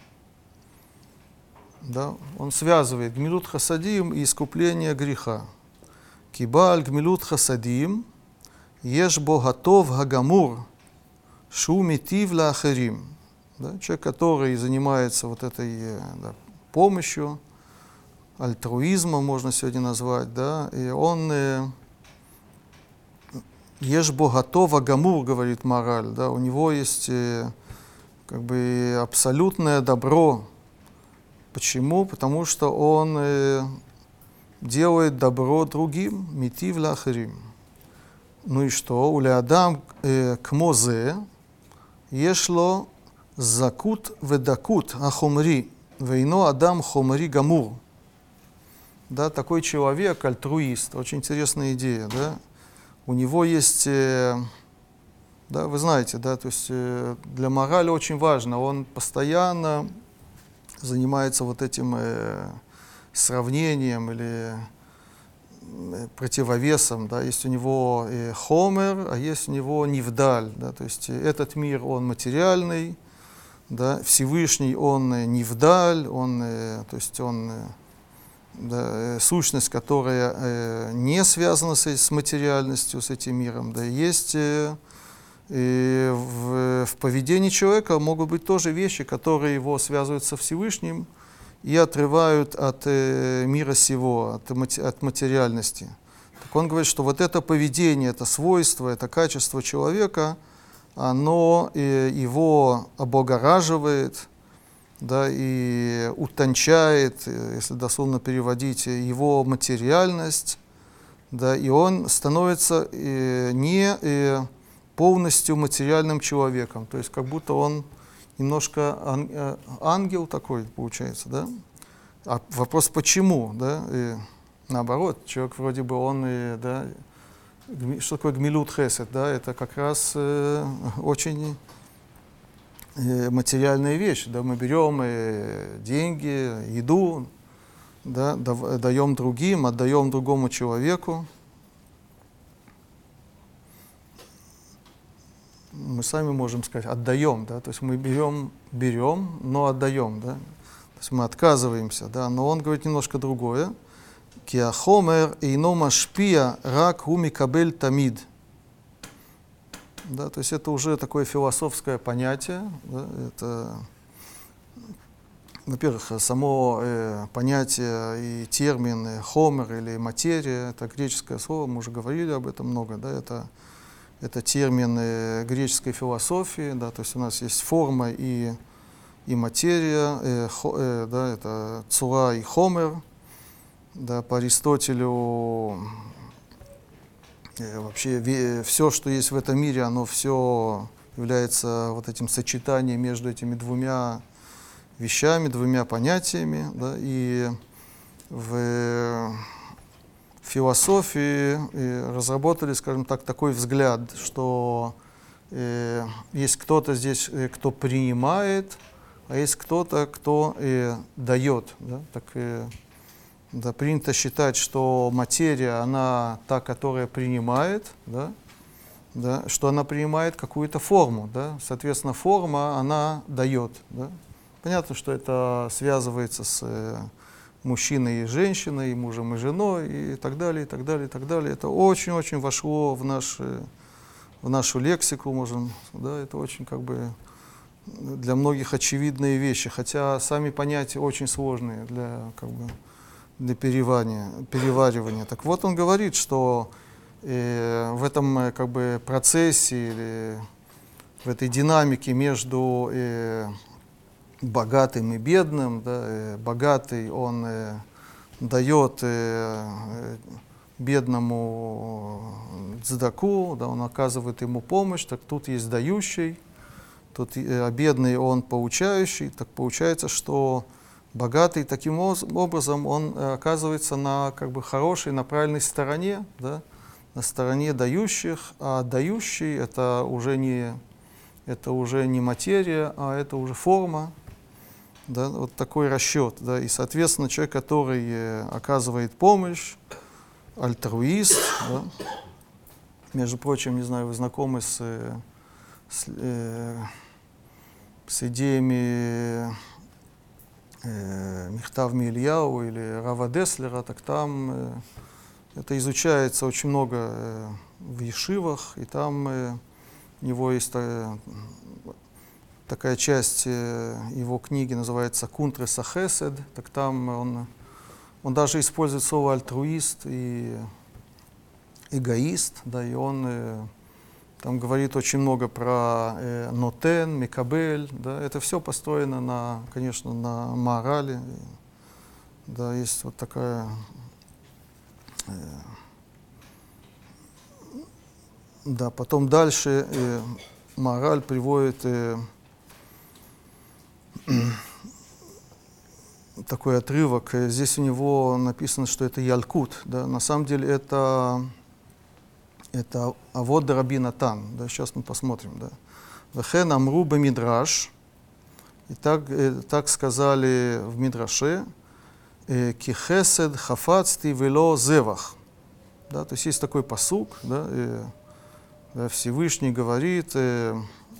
Да, он связывает гмилут хасадим и искупление греха. Кибааль гмилут хасадим еш бо гатов гагамур шу митив лаахерим. Да, человек, который занимается вот этой, да, помощью, альтруизмом можно сегодня назвать, да, и он еш бо гатов гагамур, говорит Маораль, да, у него есть как бы абсолютное добро, Почему? Потому что он делает добро другим, митив лахарим. Ну и что? Уле адам кмозе ешло закут ведакут ахомри вейно адам хомри гамур. Да, такой человек, альтруист, очень интересная идея, да? У него есть, да, вы знаете, да, то есть для морали очень важно, он постоянно занимается вот этим сравнением или противовесом, да, есть у него хомер, а есть у него нивдаль, да, то есть этот мир, он материальный, да, Всевышний, он нивдаль, он, то есть он, да, сущность, которая не связана с материальностью, с этим миром, да, есть в поведении человека могут быть тоже вещи, которые его связывают со Всевышним и отрывают от мира сего, от материальности. Так он говорит, что вот это поведение, это свойство, это качество человека, оно его облагораживает, да, и утончает, если дословно переводить, его материальность, да, и он становится не полностью материальным человеком, то есть как будто он немножко ангел такой получается, да? А вопрос почему, да? И наоборот, человек вроде бы он, да, что такое гмилут хесед, да? Это как раз очень материальная вещь, да? Мы берем деньги, еду, да, даем другим, отдаем другому человеку. Мы сами можем сказать, отдаем, да, то есть мы берем, но отдаем, да, то есть мы отказываемся, да, но он говорит немножко другое. Ки ахомер эйно машпия рак ху микабель тамид. Да, то есть это уже такое философское понятие, да, это, во-первых, само понятие и термин хомер или материя, это греческое слово, мы уже говорили об этом много, да, это термин греческой философии, да, то есть у нас есть форма и материя, да, это цура и хомер, да, по Аристотелю вообще все, что есть в этом мире, оно все является вот этим сочетанием между этими двумя вещами, двумя понятиями, да, и в философии разработали, скажем так, такой взгляд, что есть кто-то здесь, кто принимает, а есть кто-то, кто дает. Да? Так, да, принято считать, что материя, она та, которая принимает, да? Да? Что она принимает какую-то форму. Да? Соответственно, форма, она дает. Да? Понятно, что это связывается с мужчиной и женщиной, и мужем и женой, и так далее, и так далее, и так далее. Это очень-очень вошло в нашу лексику, можем, да, это очень как бы для многих очевидные вещи, хотя сами понятия очень сложные для переваривания. Так вот он говорит, что в этом как бы процессе или в этой динамике между богатым и бедным, да, богатый он дает бедному цдаку, да, он оказывает ему помощь, так тут есть дающий, а бедный он получающий, так получается, что богатый таким образом он оказывается на как бы хорошей, на правильной стороне, да, на стороне дающих, а дающий это уже не материя, а это уже форма. Да, вот такой расчет. Да, и, соответственно, человек, который оказывает помощь, альтруист, да, между прочим, не знаю, вы знакомы с идеями Михтав Мильяу или Рава Деслера, так там это изучается очень много в ешивах, и там у него есть такая часть его книги, называется «Кунтрес ахесед», так там он даже использует слово «альтруист» и «эгоист», да, и он Там говорит очень много про нотен, микабель. Да, это все построено, конечно, на морали. Да, есть вот такая... Да, потом дальше мораль приводит такой отрывок. Здесь у него написано, что это Ялкут. Да? На самом деле это Авод Раби Натан. Да? Сейчас мы посмотрим. Да? Вехен амру бемидраш. И так сказали в Мидраше. Ки хесед хафацти вело зевах. Да? То есть есть такой пасук, да? Да, Всевышний говорит, да,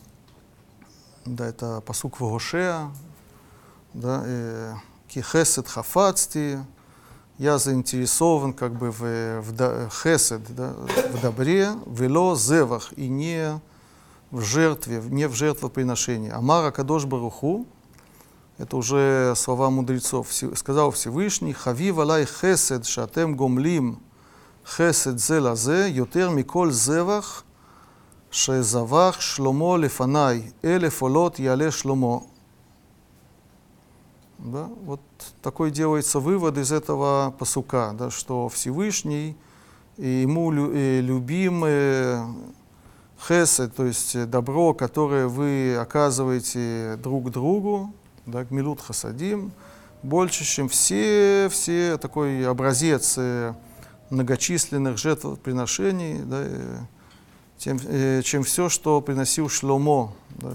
это пасук в Гошеа, да, ки хесед хафацти, я заинтересован как бы в хесед, да, в добре, вело зевах, и не в жертве, не в жертвоприношении. Амар акадош баруху, это уже слова мудрецов, сказал Всевышний, хавив алай хесед шатем гомлим хесед зе лазе, ютер миколь зевах, шезавах шломо лефанай, элеф олот яле шломо. Да, вот такой делается вывод из этого пасука, да, что Всевышний, ему любим хесед, то есть добро, которое вы оказываете друг другу, да, гмилут хасадим, больше, чем все такой образец многочисленных жертвоприношений, да, чем все, что приносил Шломо. Да.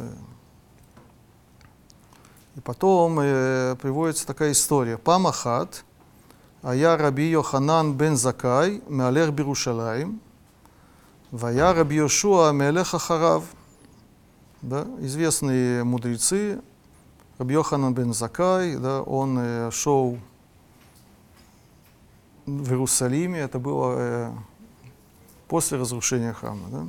И потом приводится такая история. Памахат, ая Раби Йоханан бен Закай, меалех Бирушалаим, вая Раби Йошуа меалех Ахарав. Да, известные мудрецы, Раби Йоханан бен Закай, да, он шел в Иерусалиме, это было после разрушения храма. Да?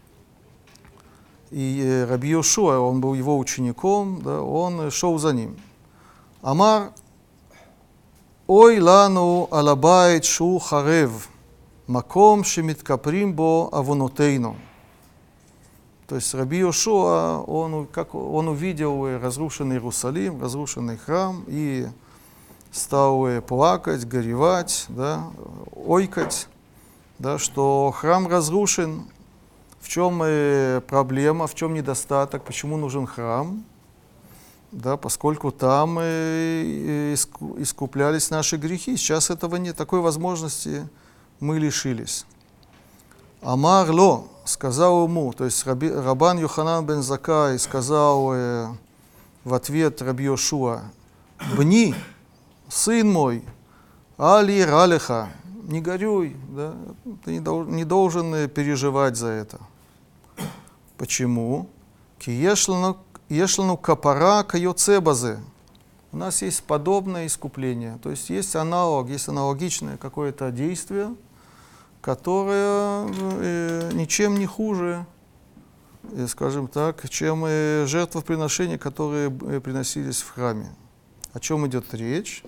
И Раби Йошуа, он был его учеником, да, он шел за ним. Амар, ой лану алабайт шу харев, маком шемиткаприм бо авонотейну. То есть Раби Йошуа, он увидел разрушенный Иерусалим, разрушенный храм, и стал плакать, горевать, да, ойкать, да, что храм разрушен. В чем проблема, в чем недостаток, почему нужен храм? Да, поскольку там искуплялись наши грехи. Сейчас этого нет, такой возможности мы лишились. Амар ло, сказал ему, то есть Рабан Йоханан бен Закай сказал в ответ Раби Йошуа, бни, сын мой, али ралеха, не горюй, да? Ты не должен переживать за это. Почему? Ки ешлану капара кайоцебазе. У нас есть подобное искупление, то есть есть аналог, есть аналогичное какое-то действие, которое ничем не хуже, скажем так, чем жертвоприношения, которые приносились в храме. О чем идет речь?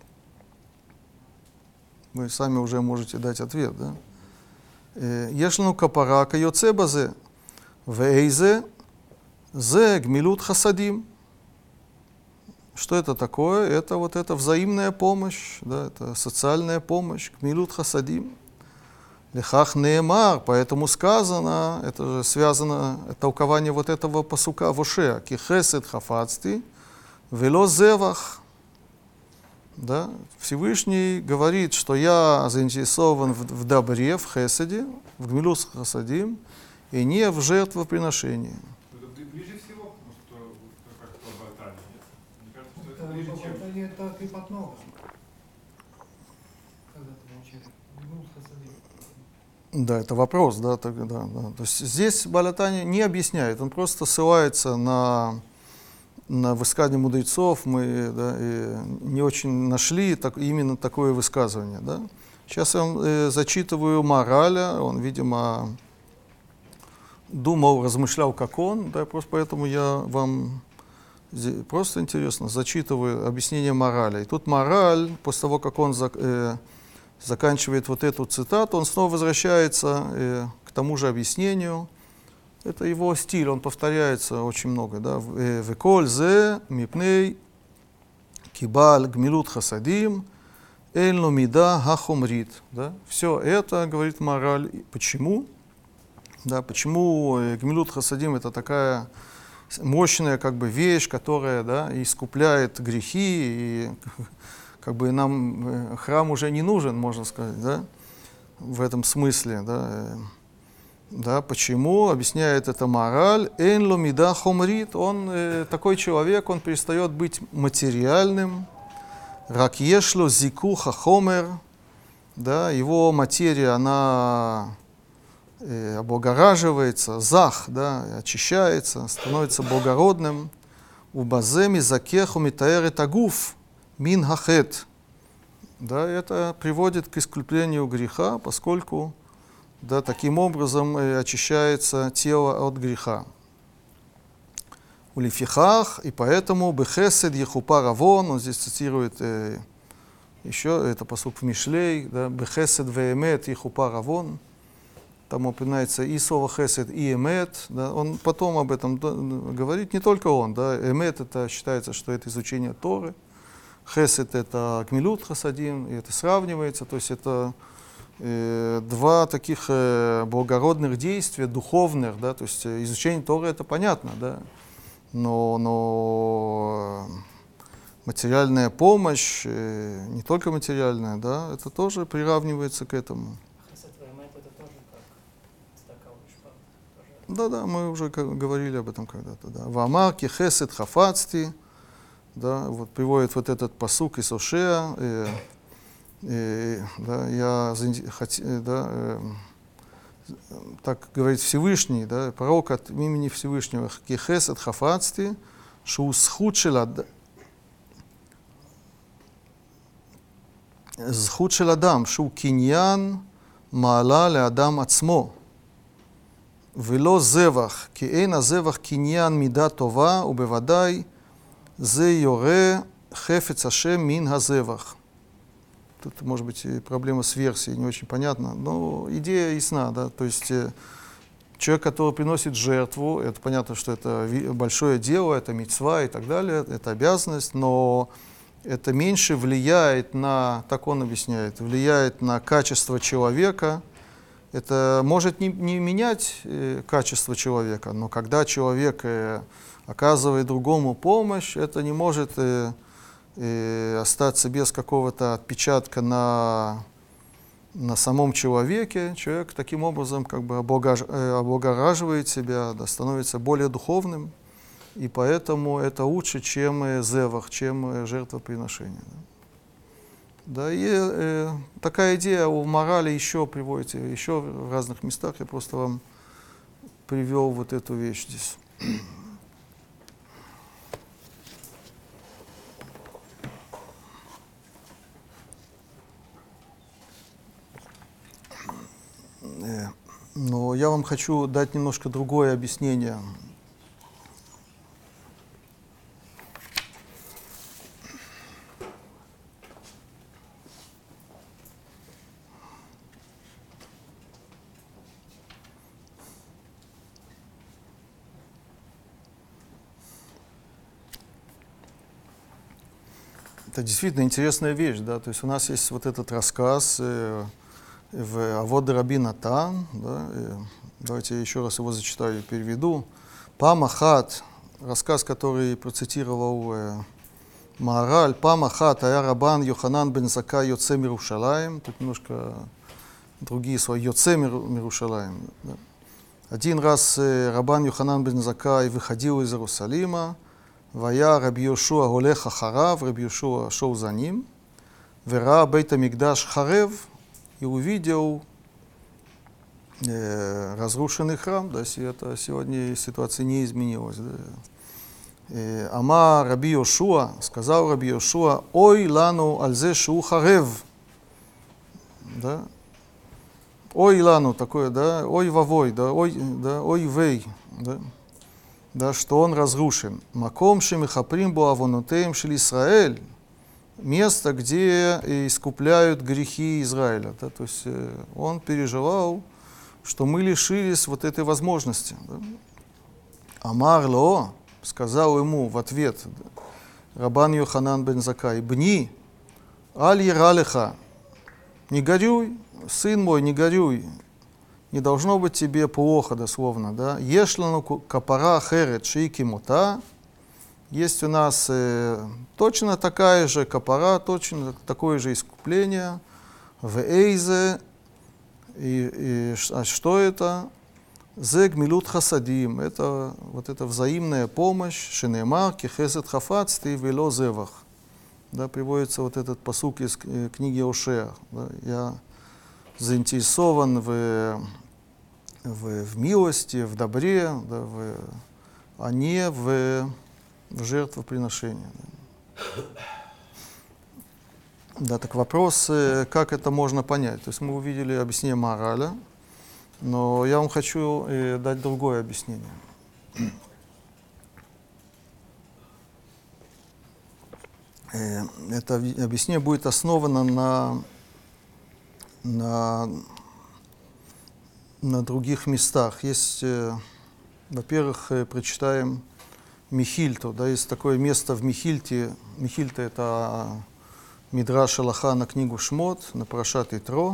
Вы сами уже можете дать ответ, да? Ешлану капара кайоцебазе, вейзе зе гмилут хасадим. Что это такое? Это вот эта взаимная помощь, да, это социальная помощь, гмилут хасадим. Лехах неэмар, поэтому сказано, это же связано, толкование вот этого пасука Вошеа, ки хесед хафацти, вело зевах. Да? Всевышний говорит, что я заинтересован в добре, в хеседе, в гмилут хасадим, и не в жертвоприношении. Это ближе всего, потому что как по Баталии, нет? Мне кажется, что это ближе, чем... Это крепотного. Когда ты учили. Гмилут хасадим. Да, это вопрос, да, да. То есть здесь Балатани не объясняет, он просто ссылается на высказывание мудрецов, мы, да, и не очень нашли именно такое высказывание. Да. Сейчас я вам зачитываю Мараля, он, видимо, думал, размышлял, как он, да, просто поэтому я вам просто интересно зачитываю объяснение Мараля. И тут Мараль, после того, как он заканчивает вот эту цитату, он снова возвращается к тому же объяснению, Это его стиль, он повторяется очень много. Да? «Веколь зе мипней кибаль гмилут хасадим эль ло мида хахумрит». Все это, говорит мораль. Почему? Да, почему гмилут хасадим это такая мощная как бы вещь, которая, да, искупляет грехи, и как бы нам храм уже не нужен, можно сказать, да, в этом смысле. Да, почему? Объясняет это мораль. Эн ло мида хомрит. Он такой человек, он перестает быть материальным. Рак ешло зикуха хомер. Да, его материя, она облагораживается, зах, да, очищается, становится благородным. У баземи закеху митаэрет агуф мин хахет. Да, это приводит к искуплению греха, поскольку, да, таким образом очищается тело от греха. У лифихах, и поэтому бехесед ехупар авон, он здесь цитирует еще, это пасук в Мишлей, да, бехесед веэмет ехупар авон. Там упоминается и слово хесед, и эмет. Да, он потом об этом говорит, не только он. Да, эмет это считается, что это изучение Торы. Хесед это гмилут хасадим, и это сравнивается. То есть это два таких благородных действия, духовных. Да, то есть изучение Торы это понятно, да, но материальная помощь, не только материальная, да, это тоже приравнивается к этому. Да, мы уже говорили об этом когда-то. Да. «Ваамар ки хесед хафацти», да, вот приводит вот этот пасук из Ошея, да, так говорит Всевышний, да, пророк от имени Всевышнего, «ки хесед хафацти, шу схуд шел адам, шу киньян маала ле адам ацмо». ולא זבח, כי אין הזבח קניין מידה טובה, ובוודאי זה יורה חפץ השם מן הזבח. Тут, может быть, проблема с версией, не очень понятна, но идея ясна, да, то есть человек, который приносит жертву, это понятно, что это большое дело, это мицва и так далее, это обязанность, но это меньше влияет на, так он объясняет, влияет на качество человека. Это может не менять качество человека, но когда человек оказывает другому помощь, это не может остаться без какого-то отпечатка на самом человеке. Человек таким образом как бы облагораживает себя, да, становится более духовным, и поэтому это лучше, чем зевах, чем жертвоприношение. Да, и такая идея у морали еще приводится, еще в разных местах. Я просто вам привел вот эту вещь здесь. Но я вам хочу дать немножко другое объяснение. Это действительно интересная вещь, да, то есть у нас есть вот этот рассказ в Авод Раби Натан, да, давайте я еще раз его зачитаю и переведу. Пам ахат, рассказ, который процитировал Маораль, Пам ахат ая Рабан Йоханан бен Заккай йоце миерушалаим, тут немножко другие слова, йоце миерушалаим. Да. Один раз Рабан Йоханан бен Заккай выходил из Иерусалима, вая Раби Йошуа голех ахарав, Раби Йошуа шел за ним, вера бейт амикдаш харев, и увидел разрушенный храм, да, это сегодня ситуация не изменилась. Да. Ама Раби Йошуа, сказал Раби Йошуа, ой лану альзе шу харев, да, ой лану такое, да, ой вовой, да, ой вей, да. Да, что он разрушен. Маком шемихаприм бо авонотеем шель Исраэль, место, где искупляют грехи Израиля. Да, то есть он переживал что мы лишились вот этой возможности. Да? Амар ло, сказал ему в ответ Рабан Йоханан бен Заккай: бни, аль яралеха, не горюй, сын мой, не горюй, не должно быть тебе плохо, дословно. Да? Ешлану капара херет шики мута, есть у нас точно такая же капара, точно такое же искупление, в эйзе, а что это? Зег милут хасадим, это вот эта взаимная помощь, шинемар, кихесет хафац, ты вело зевах. Да, приводится вот этот пасук из книги Ошея. Да, я заинтересован в милости, в добре, да, а не в жертвоприношении. Да, так вопрос, как это можно понять. То есть мы увидели объяснение Маораля, но я вам хочу дать другое объяснение. Это объяснение будет основано на других местах. Есть, во-первых, прочитаем Михильту. Да, есть такое место в Михильте. Михильта — это Мидраш Алаха на книгу Шмот, на Парашат Итро.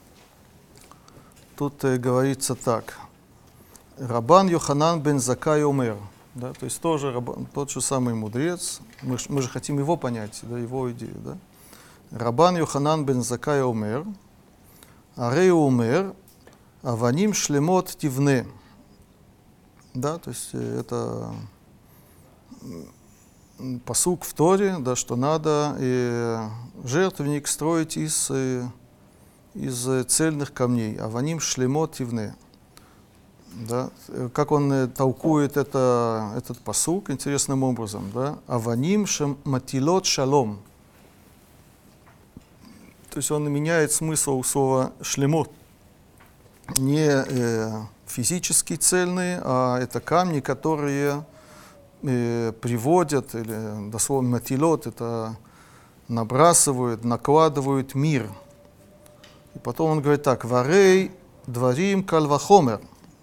Тут говорится так. Рабан Йоханан бен Заккай омер. Да, то есть тоже тот же самый мудрец. Мы же хотим его понять, да, его идею. Да? Рабан Йоханан бен Заккай омер. Арей омер. Аваним шлемот тивне. Да, то есть это пасук в Торе, да, что надо жертвенник строить из цельных камней. Аваним шлемот тивне. Да. Как он толкует этот пасук интересным образом. Да. Аваним матилот шалом. То есть он меняет смысл слова шлемот. Не физически цельные, а это камни, которые приводят, или дословно матилот, это набрасывают, накладывают мир. И потом он говорит так: варей дворим кальвахомер.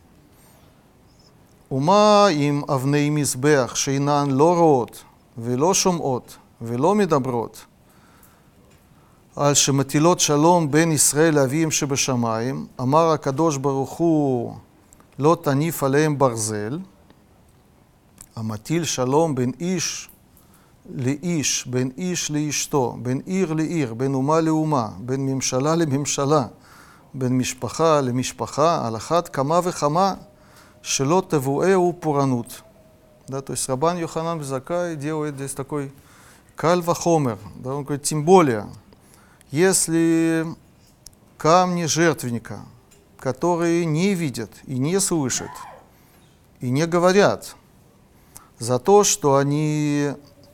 Ума им авней мизбех шейнан ло роот, вело шомот, вело медаброт. על שמטילות שלום בין ישראל לאביהם שבשמיים, אמר הקדוש ברוך הוא לא תניף עליהם ברזל, המטיל שלום בין איש לאיש, בין איש לאשתו, בין עיר לעיר, בין אומה לאומה, בין ממשלה לממשלה, בין משפחה למשפחה, על אחת כמה וכמה שלא תבואהו פורענות. Да, то есть Рабан Йоханан бен Заккай делает здесь такой каль вахомер, да, он говорит, тем более, если камни жертвенника, которые не видят и не слышат, и не говорят за то, что они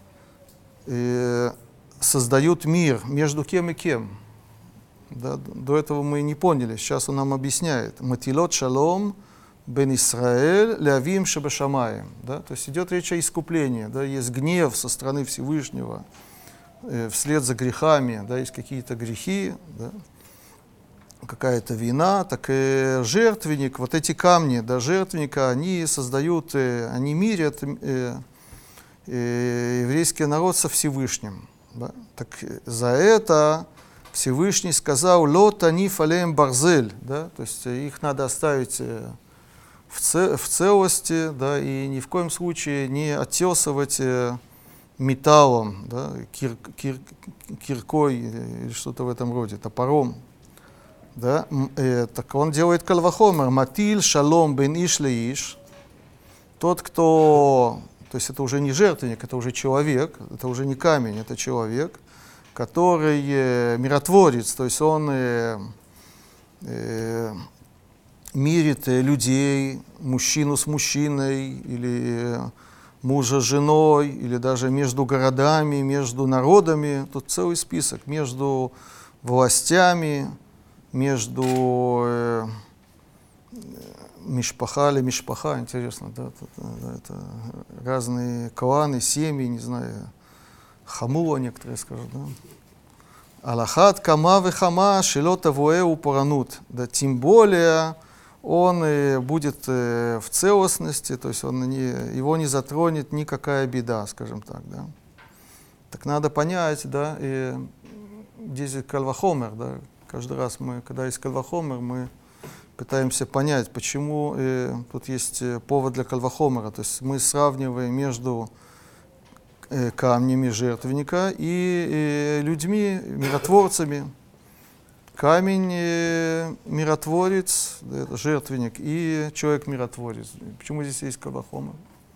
создают мир между кем и кем. Да, до этого мы не поняли, сейчас он нам объясняет. Матилот шалом бен Исраэль леавим шебашамаем. Да, то есть идет речь о искуплении. Да, есть гнев со стороны Всевышнего вслед за грехами, да, есть какие-то грехи, да, какая-то вина, так и жертвенник, вот эти камни, да, жертвенника, они создают, они мирят еврейский народ со Всевышним. Да. Так за это Всевышний сказал «Ло таниф алеем барзель», да, то есть их надо оставить в целости, да, и ни в коем случае не оттесывать металлом, да, киркой или что-то в этом роде, топором. Да. Так он делает кальвахомер, матиль шалом бен иш леиш. Тот, кто, то есть это уже не жертвенник, это уже человек, это уже не камень, это человек, который миротворец, то есть он мирит людей, мужчину с мужчиной, или мужа с женой, или даже между городами, между народами. Тут целый список. Между властями, между мишпаха или мишпаха. Интересно, да? Это разные кланы, семьи, не знаю, хамула некоторые скажут, да? Алахат кама вехама шело тавуэу поранут. Да, тем более он будет в целостности, то есть его не затронет никакая беда, скажем так, да. Так надо понять, да, и здесь кальвахомер, да, каждый раз когда есть кальвахомер, мы пытаемся понять, почему тут есть повод для кальвахомера, то есть мы сравниваем между камнями жертвенника и людьми, миротворцами. Камень миротворец, это жертвенник, и человек-миротворец. Почему здесь есть кальвахомер?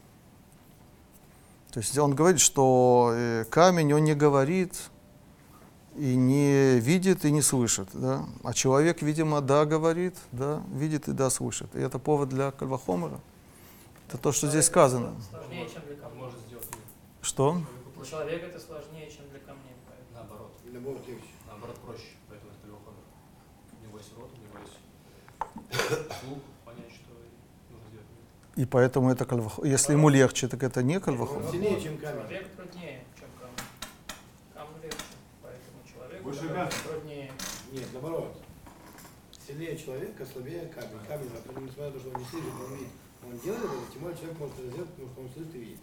То есть он говорит, что камень, он не говорит, и не видит, и не слышит. Да? А человек, видимо, да, говорит, да, видит и да, слышит. И это повод для кальвахомера. Это то, что здесь сказано. Сложнее, чем для камней. Может сделать. Что? Для человека это сложнее, чем для камней. Поэтому. Наоборот. Наоборот, легче. Наоборот, проще. Поэтому это кальвахомер. У него есть рот, у него есть слух, понять, что нужно делать. И поэтому это кальвахомер. Если ему легче, так это не кальвахомер. Сильнее, чем камень. Человек труднее, чем камень. Камень легче. Поэтому человек Больше мяса. труднее. Нет, наоборот. Сильнее человека, слабее камень. Камень, несмотря на то, что он не слышит, он видит. Он делает это, тем более человек может это сделать, потому что он слышит и видит.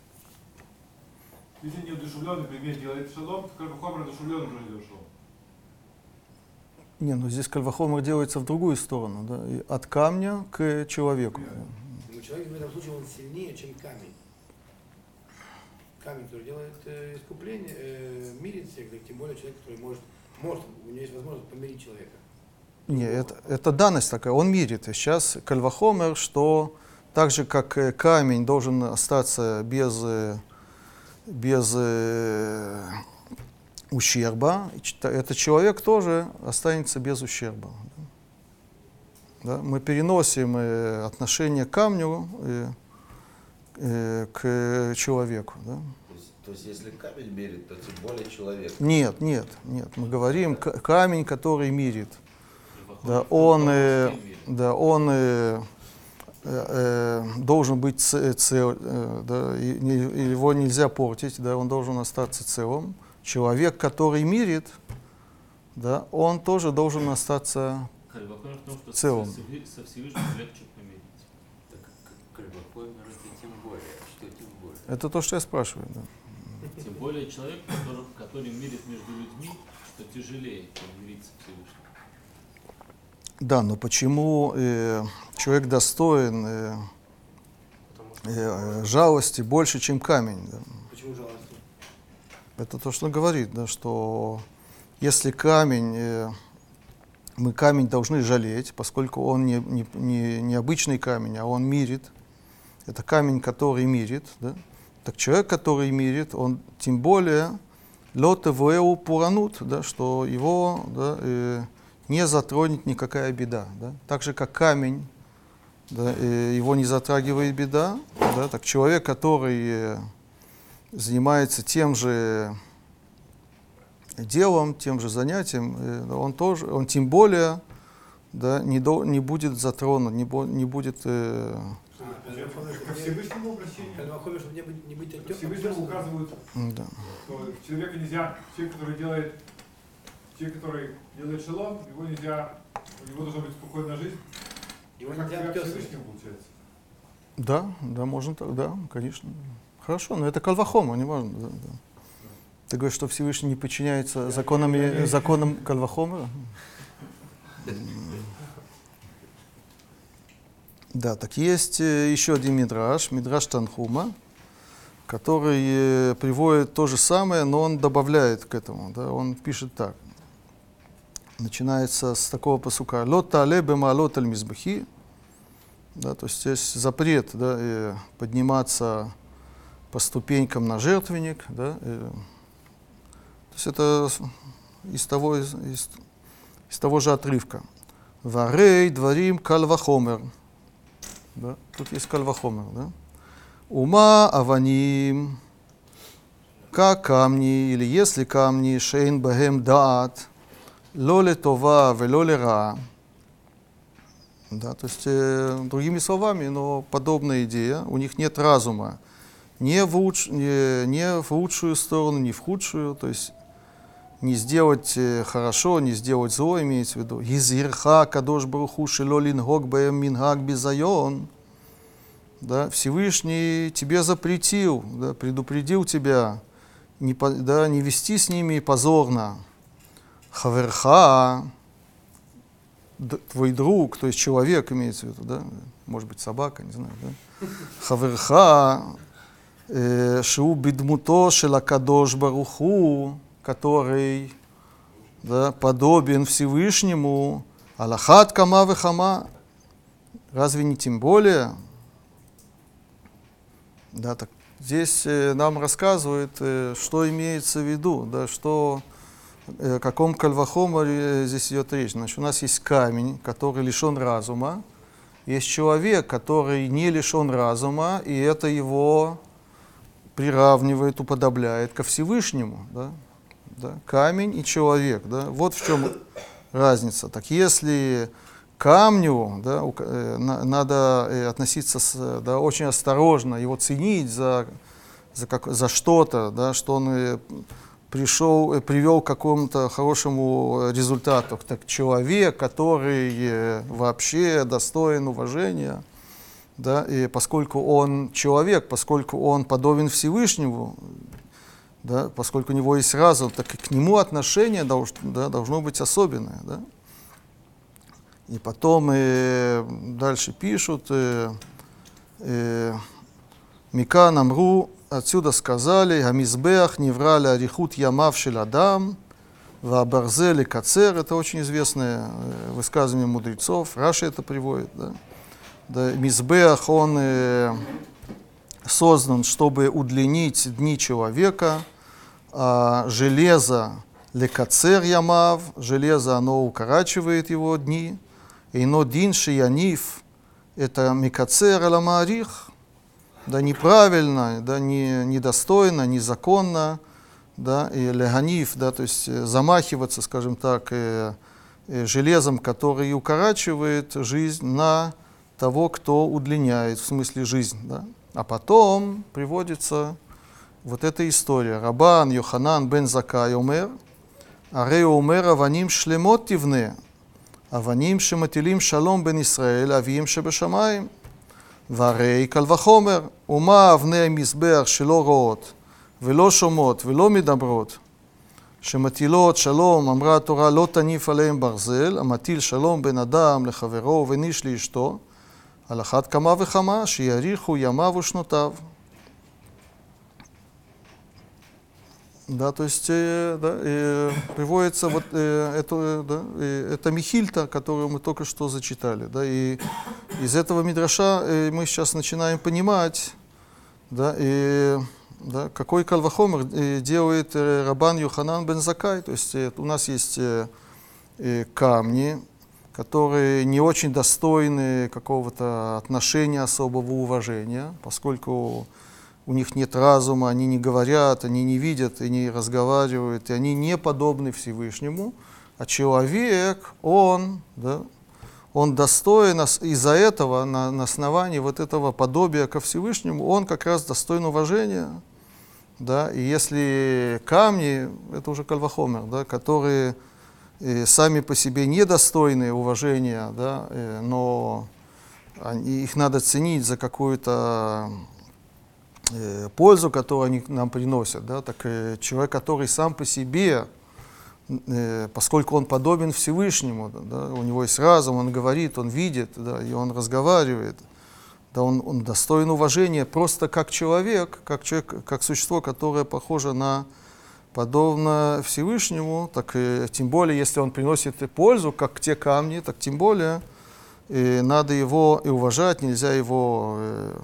Если неодушевленный предмет делает шалом, то кальвахомер одушевленный уже не делает шалом. Не, ну здесь кальвахомер делается в другую сторону, да, и от камня к человеку. Да. Но человек в этом случае он сильнее, чем камень. Камень, который делает искупление, мирит всех, так тем более человек, который может, у него есть возможность помирить человека. Не, это данность такая, он мирит. И сейчас кальвахомер, что так же, как камень должен остаться без ущерба, этот человек тоже останется без ущерба. Да? Мы переносим отношение к камню к человеку. Да? То есть если камень мирит, то тем более человек. Нет. Мы говорим, камень, который мирит. Да, он должен быть цел, да, его нельзя портить, да, он должен остаться целым. Человек, который мирит, да, он тоже должен остаться Кальвахомер в том, что целым. со Всевышним легче помириться. Так кальвахомер это тем более. Что тем более? Это то, что я спрашиваю. Да. Тем более человек, который мирит между людьми, что тяжелее, чем мириться с Всевышним. Да, но почему человек достоин жалости больше, чем камень? Да? Почему жалости? Это то, что он говорит, да, что если камень, мы камень должны жалеть, поскольку он не обычный камень, а он мирит. Это камень, который мирит. Да? Так человек, который мирит, он тем более лотевеу пуранут, да, что его, да, не затронет никакая беда. Да? Так же, как камень, да, его не затрагивает беда, да? Так человек, который занимается тем же делом, тем же занятием, он тем более, да, не будет затронут, не будет... Ко Всевышнему обращению. Кальвахомер, чтобы не быть Ко отёком. Всевышнему указывают, Да. что человека нельзя, человек, который делает шалом, его нельзя, у него должна быть спокойная жизнь. Его Как нельзя к обтесывать. Всевышнему получается. Да, можно так, да, конечно. Хорошо, но это кальвахома, не важно. Да, да. Ты говоришь, что Всевышний не подчиняется законам кальвахома? Да, так есть еще один мидраш Танхума, который приводит то же самое, но он добавляет к этому. Да, он пишет так. Начинается с такого пасука. Лот таале бемаалот аль мизбахи. Да, то есть здесь запрет, да, подниматься по ступенькам на жертвенник. Да, то есть это из того же отрывка. Варей дворим кальвахомер. Да, тут есть кальвахомер. Да. Ума аваним, как камни, или если камни, шейн бахем даат, лоле това велоле ра. Да, то есть, другими словами, но подобная идея, у них нет разума не в лучшую сторону, не в худшую, то есть не сделать хорошо, не сделать зло, имеется в виду. Изирха кадош баруху шело лингог бэм мингаг бизайон. Да, Всевышний тебе запретил, да, предупредил тебя не вести с ними позорно. Хаверха, твой друг, то есть человек имеется в виду, да, может быть собака, не знаю, да. Хаверха, шиу бидмуто шела кадош баруху, который, да, подобен Всевышнему, алахат кама вехама, разве не тем более? Да, так здесь нам рассказывают, что имеется в виду, да, что, о каком кальвахоморе здесь идет речь. Значит, у нас есть камень, который лишен разума, есть человек, который не лишен разума, и это его приравнивает, уподобляет ко Всевышнему. Да? Да? Камень и человек. Да? Вот в чем разница. Так если камню, да, надо относиться да, очень осторожно, его ценить за что-то, да, что он привел к какому-то хорошему результату. Так человек, который вообще достоин уважения, да, и поскольку он человек, поскольку он подобен Всевышнему, да, поскольку у него есть разум, так и к нему отношение должно быть особенное. Да. И потом дальше пишут, Микан амру, отсюда сказали, Хамизбеах невра ля арихут ямав шел адам, вабарзе кацер, это очень известное высказывание мудрецов, Раши это приводит. Да. Да, Мизбеах, он создан, чтобы удлинить дни человека, а железо лекацер ямав, железо, оно укорачивает его дни. Ино дин шияниф, это микацер аламарих, да неправильно, да недостойно, незаконно, да, и леганиф, да, то есть замахиваться, скажем так, железом, который укорачивает жизнь, на того, кто удлиняет, в смысле жизнь. Да. А потом приводится вот эта история. Рабан Йоханан бен Заккай омер, арей омер аваним шлемот тивне, аваним шематилим шалом бен Исраэль, авиим шебешамаим. והרי קל וחומר, ומה אבני המזבח שלא רואות, ולא שומעות, ולא מדברות, שמטילות שלום, אמרה התורה, לא תניף עליהם ברזל, המטיל שלום בין אדם לחברו ובין איש לאשתו, על אחת כמה וכמה, שיאריכו ימיו ושנותיו. Да, то есть приводится вот это Михильта, которую мы только что зачитали. Да, и из этого мидраша мы сейчас начинаем понимать, да, да, какой кальвахомер делает Рабан Йоханан бен Заккай. То есть у нас есть камни, которые не очень достойны какого-то отношения, особого уважения, поскольку у них нет разума, они не говорят, они не видят и не разговаривают, и они не подобны Всевышнему. А человек, он достоин из-за этого, на основании вот этого подобия ко Всевышнему, он как раз достоин уважения. Да? И если камни, это уже кальвахомер, да, которые сами по себе недостойны уважения, да, но их надо ценить за какую-то пользу, которую они нам приносят. Да? Так человек, который сам по себе, поскольку он подобен Всевышнему, да, у него есть разум, он говорит, он видит, да, и он разговаривает, да, он достоин уважения просто как человек, как существо, которое похоже на подобно Всевышнему, так тем более, если он приносит пользу, как те камни, так тем более надо его и уважать, нельзя его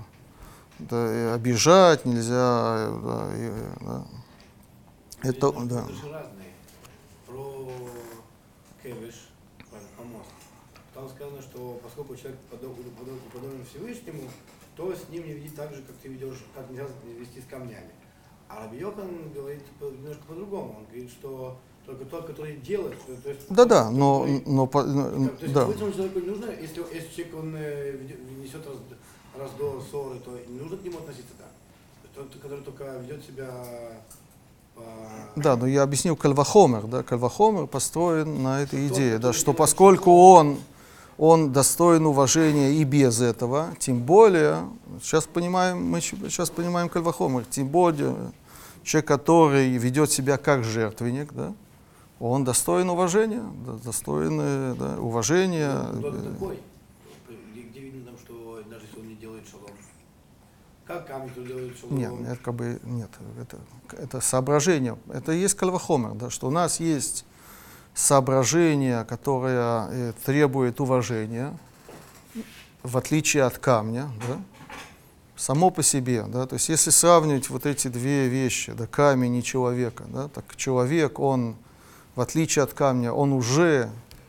да, обижать, нельзя. Да. Это, да. Разные. Про Кевиш, про мост. Там сказано, что поскольку человек подобен Всевышнему, то с ним не веди так же, как ты ведешь, как нельзя вести с камнями. А Раби Йохан говорит немножко по-другому. Он говорит, что только тот, который делает. То есть, да, то есть, да. человеку не нужно, если человек он несет раздор, ссоры, то не нужно к нему относиться так. Тот, который только ведет себя Да, но я объяснил Кальвахомер, да, Кальвахомер построен на этой Тот, идее, да, который что делает поскольку он достоин уважения и без этого, тем более, мы сейчас понимаем Кальвахомер, тем более человек, который ведет себя как жертвенник, да, он достоин уважения, да, достоин да, уважения. Кто он такой? Где видно там, что даже если он не делает шалом? Как камень, кто делает шалом? Нет, это как бы нет, это соображение, это и есть Кальвахомер, да, что у нас есть соображение, которое требует уважения, в отличие от камня, да, само по себе, да, то есть если сравнивать вот эти две вещи, да, камень и человека, да, так человек, он, в отличие от камня, он уже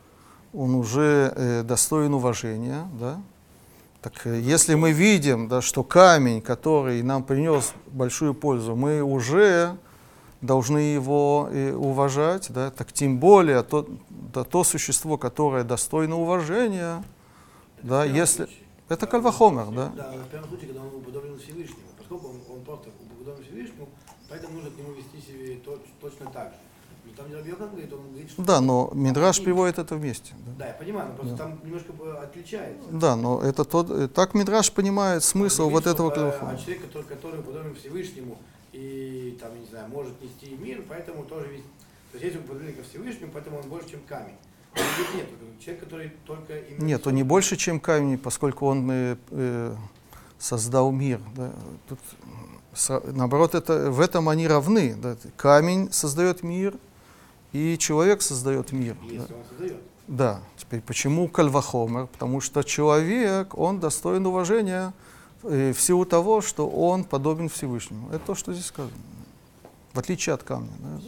достоин уважения, да. Так если мы видим, да, что камень, который нам принес большую пользу, мы уже должны его уважать, да, так тем более то существо, которое достойно уважения, да, если... Это Кальвахомер, да. Да, в первом случае, когда он уподоблен Всевышнему. Поскольку он просто уподоблен Всевышнему, поэтому нужно к нему вести себя точно так же. Но там, где Раби Йохан говорит, он говорит, что... Да, но Мидраш приводит это вместе. Да, Да, я понимаю, но просто там немножко отличается. да, но это так Мидраш понимает смысл Он вот говорит, этого что, Кальвахомера. А человек, который уподоблен Всевышнему и, там, я не знаю, может нести мир, поэтому тоже весь... То есть если уподоблен ко Всевышнему, поэтому он больше, чем камень. Нет, человек, который только именно... Нет, он не больше, чем камень, поскольку он создал мир. Да. Тут, наоборот, в этом они равны. Да. Камень создает мир, и человек создает мир. Если Да. он создает. Да. Теперь почему Кальвахомер? Потому что человек, он достоин уважения в силу того, что он подобен Всевышнему. Это то, что здесь сказано. В отличие от камня. Да.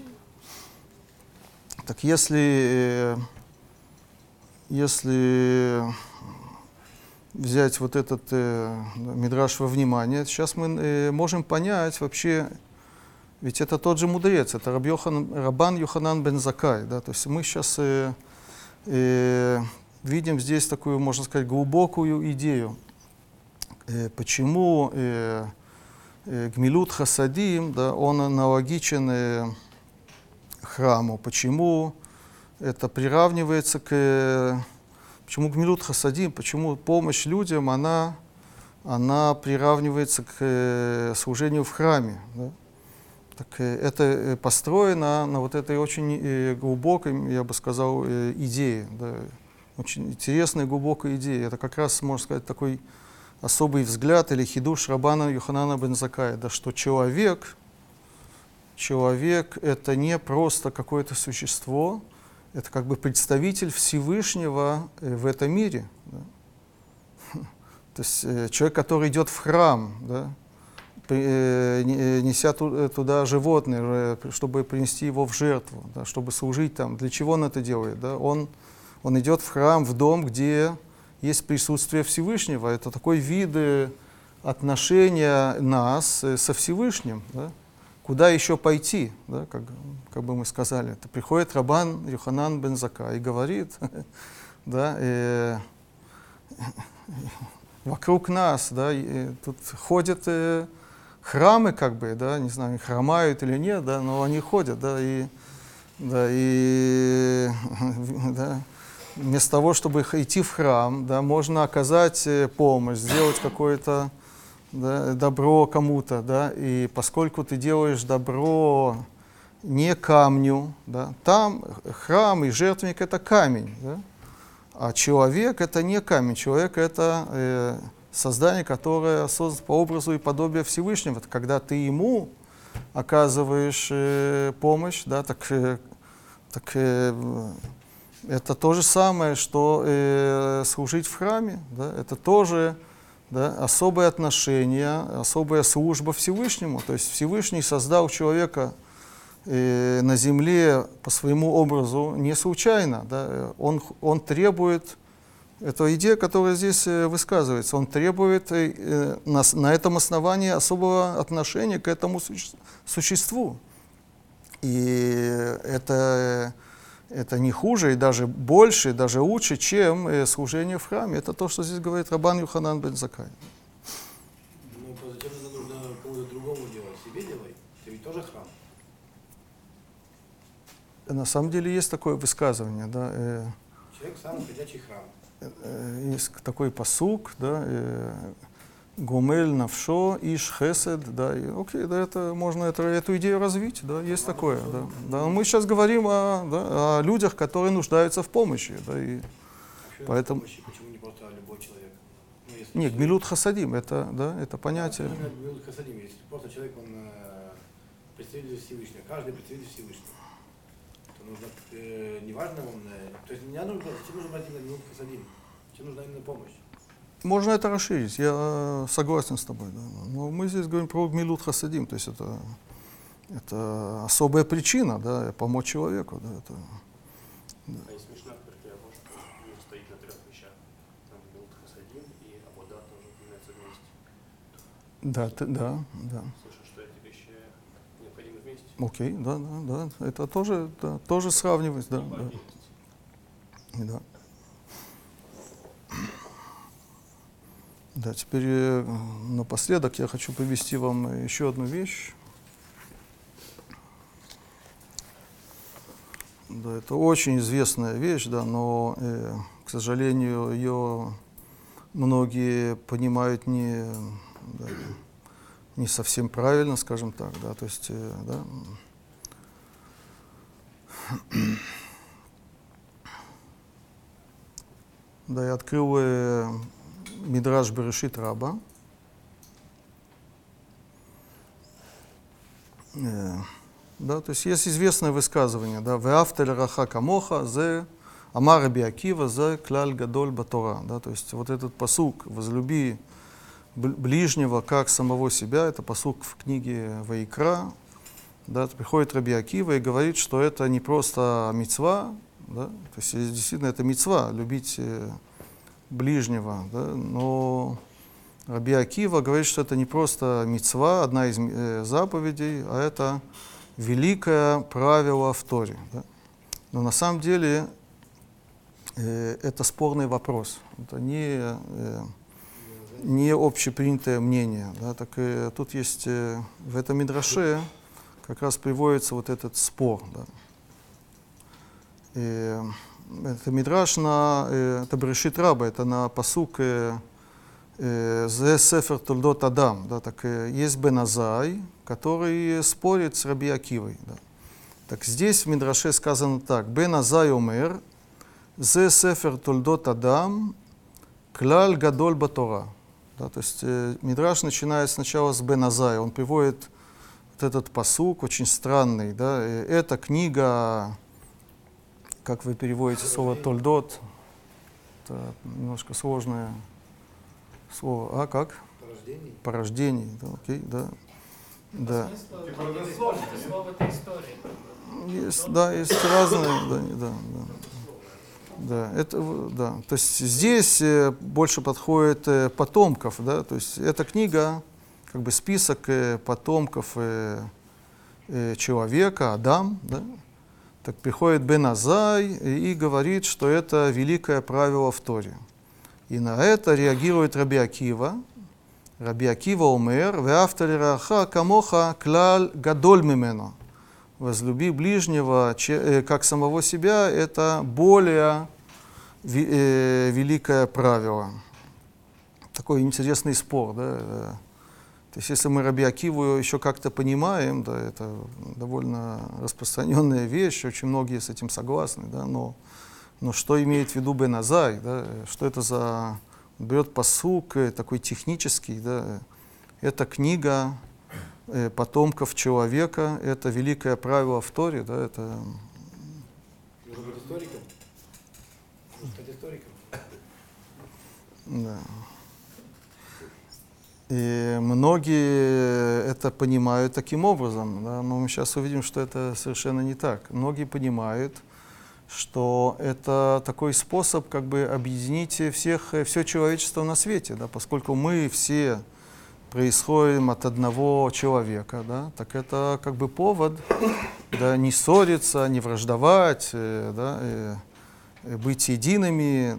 Так если взять вот этот мидраш во внимание, сейчас мы можем понять вообще, ведь это тот же мудрец, это Рабан Йоханан бен Заккай, да, то есть мы сейчас видим здесь такую, можно сказать, глубокую идею, почему Гмилут Хасадим, да, он аналогичен храму, почему это приравнивается почему Гмилут Хасадим, почему помощь людям, она приравнивается к служению в храме. Да? Так, это построено на вот этой очень глубокой, я бы сказал, идее. Да? Очень интересной глубокой идее. Это как раз, можно сказать, такой особый взгляд или хидуш Рабана Йоханана бен Заккая, да, что человек это не просто какое-то существо, это как бы представитель Всевышнего в этом мире. Да? То есть человек, который идет в храм, да, неся туда животное, чтобы принести его в жертву, да, чтобы служить там. Для чего он это делает? Да? Он идет в храм, в дом, где есть присутствие Всевышнего. Это такой вид отношения нас со Всевышним. Да? Куда еще пойти, да, как бы мы сказали. Это приходит Рабан Йоханан бен Заккай и говорит, да, вокруг нас, да, тут ходят храмы, как бы, да, не знаю, хромают или нет, да, но они ходят, да, да, вместо того, чтобы идти в храм, да, можно оказать помощь, сделать какое-то, да, добро кому-то, да, и поскольку ты делаешь добро не камню, да, там храм и жертвенник — это камень, да, а человек — это не камень, человек — это создание, которое создано по образу и подобию Всевышнего. Это когда ты ему оказываешь помощь, да, так это то же самое, что служить в храме, да, это тоже, да, особое отношение, особая служба Всевышнему. То есть Всевышний создал человека на земле по своему образу не случайно. Да. Он требует, это идея, которая здесь высказывается, он требует на этом основании особого отношения к этому существу. И это не хуже, и даже больше, даже лучше, чем служение в храме. Это то, что здесь говорит Рабан Йоханан бен Заккай. Ну, зачем это нужно кому-то другому делать? Себе делай. Ты ведь тоже храм. На самом деле есть такое высказывание, да, Человек сам ходячий храм. есть такой пасук, да, гомель навшо иш хесед, да, и, окей, да, это можно эту идею развить, да, есть такое, да. Да, мы сейчас говорим о людях, которые нуждаются в помощи, да, и поэтому... Почему не просто любой человек? Ну, если Нет, человек- гмилут хасадим, это понятие. Именно гмилут хасадим. Если просто человек, он представитель Всевышнего, каждый представитель Всевышнего, то нужно, неважно, то есть не нужно брать именно гмилут хасадим, тебе нужна именно помощь. Можно это расширить, я согласен с тобой, да. Но мы здесь говорим про гмилут хасадим, то есть это особая причина, да, помочь человеку, да, это... А есть Мишна, которая может стоит на 3 вещах. Там Гмилут Хасадим и Абода тоже упоминаются вместе. Да. Слышал, что эти вещи необходимы вместе. Окей, да. Это тоже сравнивать, да. Не по Да. отдельности. Да. Да, теперь напоследок я хочу привести вам еще одну вещь. Да, это очень известная вещь, да, но, к сожалению, ее многие понимают не совсем правильно, скажем так, да, то есть, да. Да, я открыл Мидраш Берешит Раба. Да, то есть есть известное высказывание, да, «Веафтель раха камоха зе амар Раби Акива зе клаль гадоль батора». Да, то есть вот этот пасук «Возлюби ближнего как самого себя», это пасук в книге Ваикра. Да, приходит Раби Акива и говорит, что это не просто мицва, да, то есть действительно это мицва, любить ближнего, да, но Раби Акива говорит, что это не просто мицва, одна из заповедей, а это великое правило в Торе. Да. Но на самом деле это спорный вопрос, это не общепринятое мнение. Да. Так, тут есть в этом мидраше как раз приводится вот этот спор. Да. Это мидраш это Берешит Раба, это на пасук «Зе сефер толдот Адам». Да, так, есть Бен Азай, который спорит с Раби Акивой. Да. Так здесь в мидраше сказано так: «Бен Азай омер, зе сефер толдот Адам, клаль гадоль батора». Да, то есть мидраш начинает сначала с Бен Азая, он приводит вот этот пасук, очень странный. Да, это книга... Как вы переводите слово «тольдот»? Это немножко сложное слово. А как? Порождение. Порождение. Да, окей, да. Да. Типа родословно. Слово это история. Есть разные, да. То есть здесь больше подходит потомков, да, то есть эта книга, как бы список потомков человека, Адам, да. Так приходит Бен Азай и говорит, что это великое правило в Торе. И на это реагирует Раби Акива. Раби Акива омер, «Веафтель раха камоха клаль гадоль мимено». Возлюби ближнего, как самого себя, это более великое правило. Такой интересный спор, да. То есть если мы Раби Акиву еще как-то понимаем, да, это довольно распространенная вещь, очень многие с этим согласны, да, но что имеет в виду Бен Азай, да, что это за... Он берет пасук такой технический, да, это книга потомков человека, это великое правило в Торе, да, это... Нужно быть историком. Нужно стать историком. Да. И многие это понимают таким образом, да, но мы сейчас увидим, что это совершенно не так. Многие понимают, что это такой способ как бы объединить все человечество на свете, да, поскольку мы все происходим от одного человека, да, так это как бы повод, да, не ссориться, не враждовать, да, быть едиными,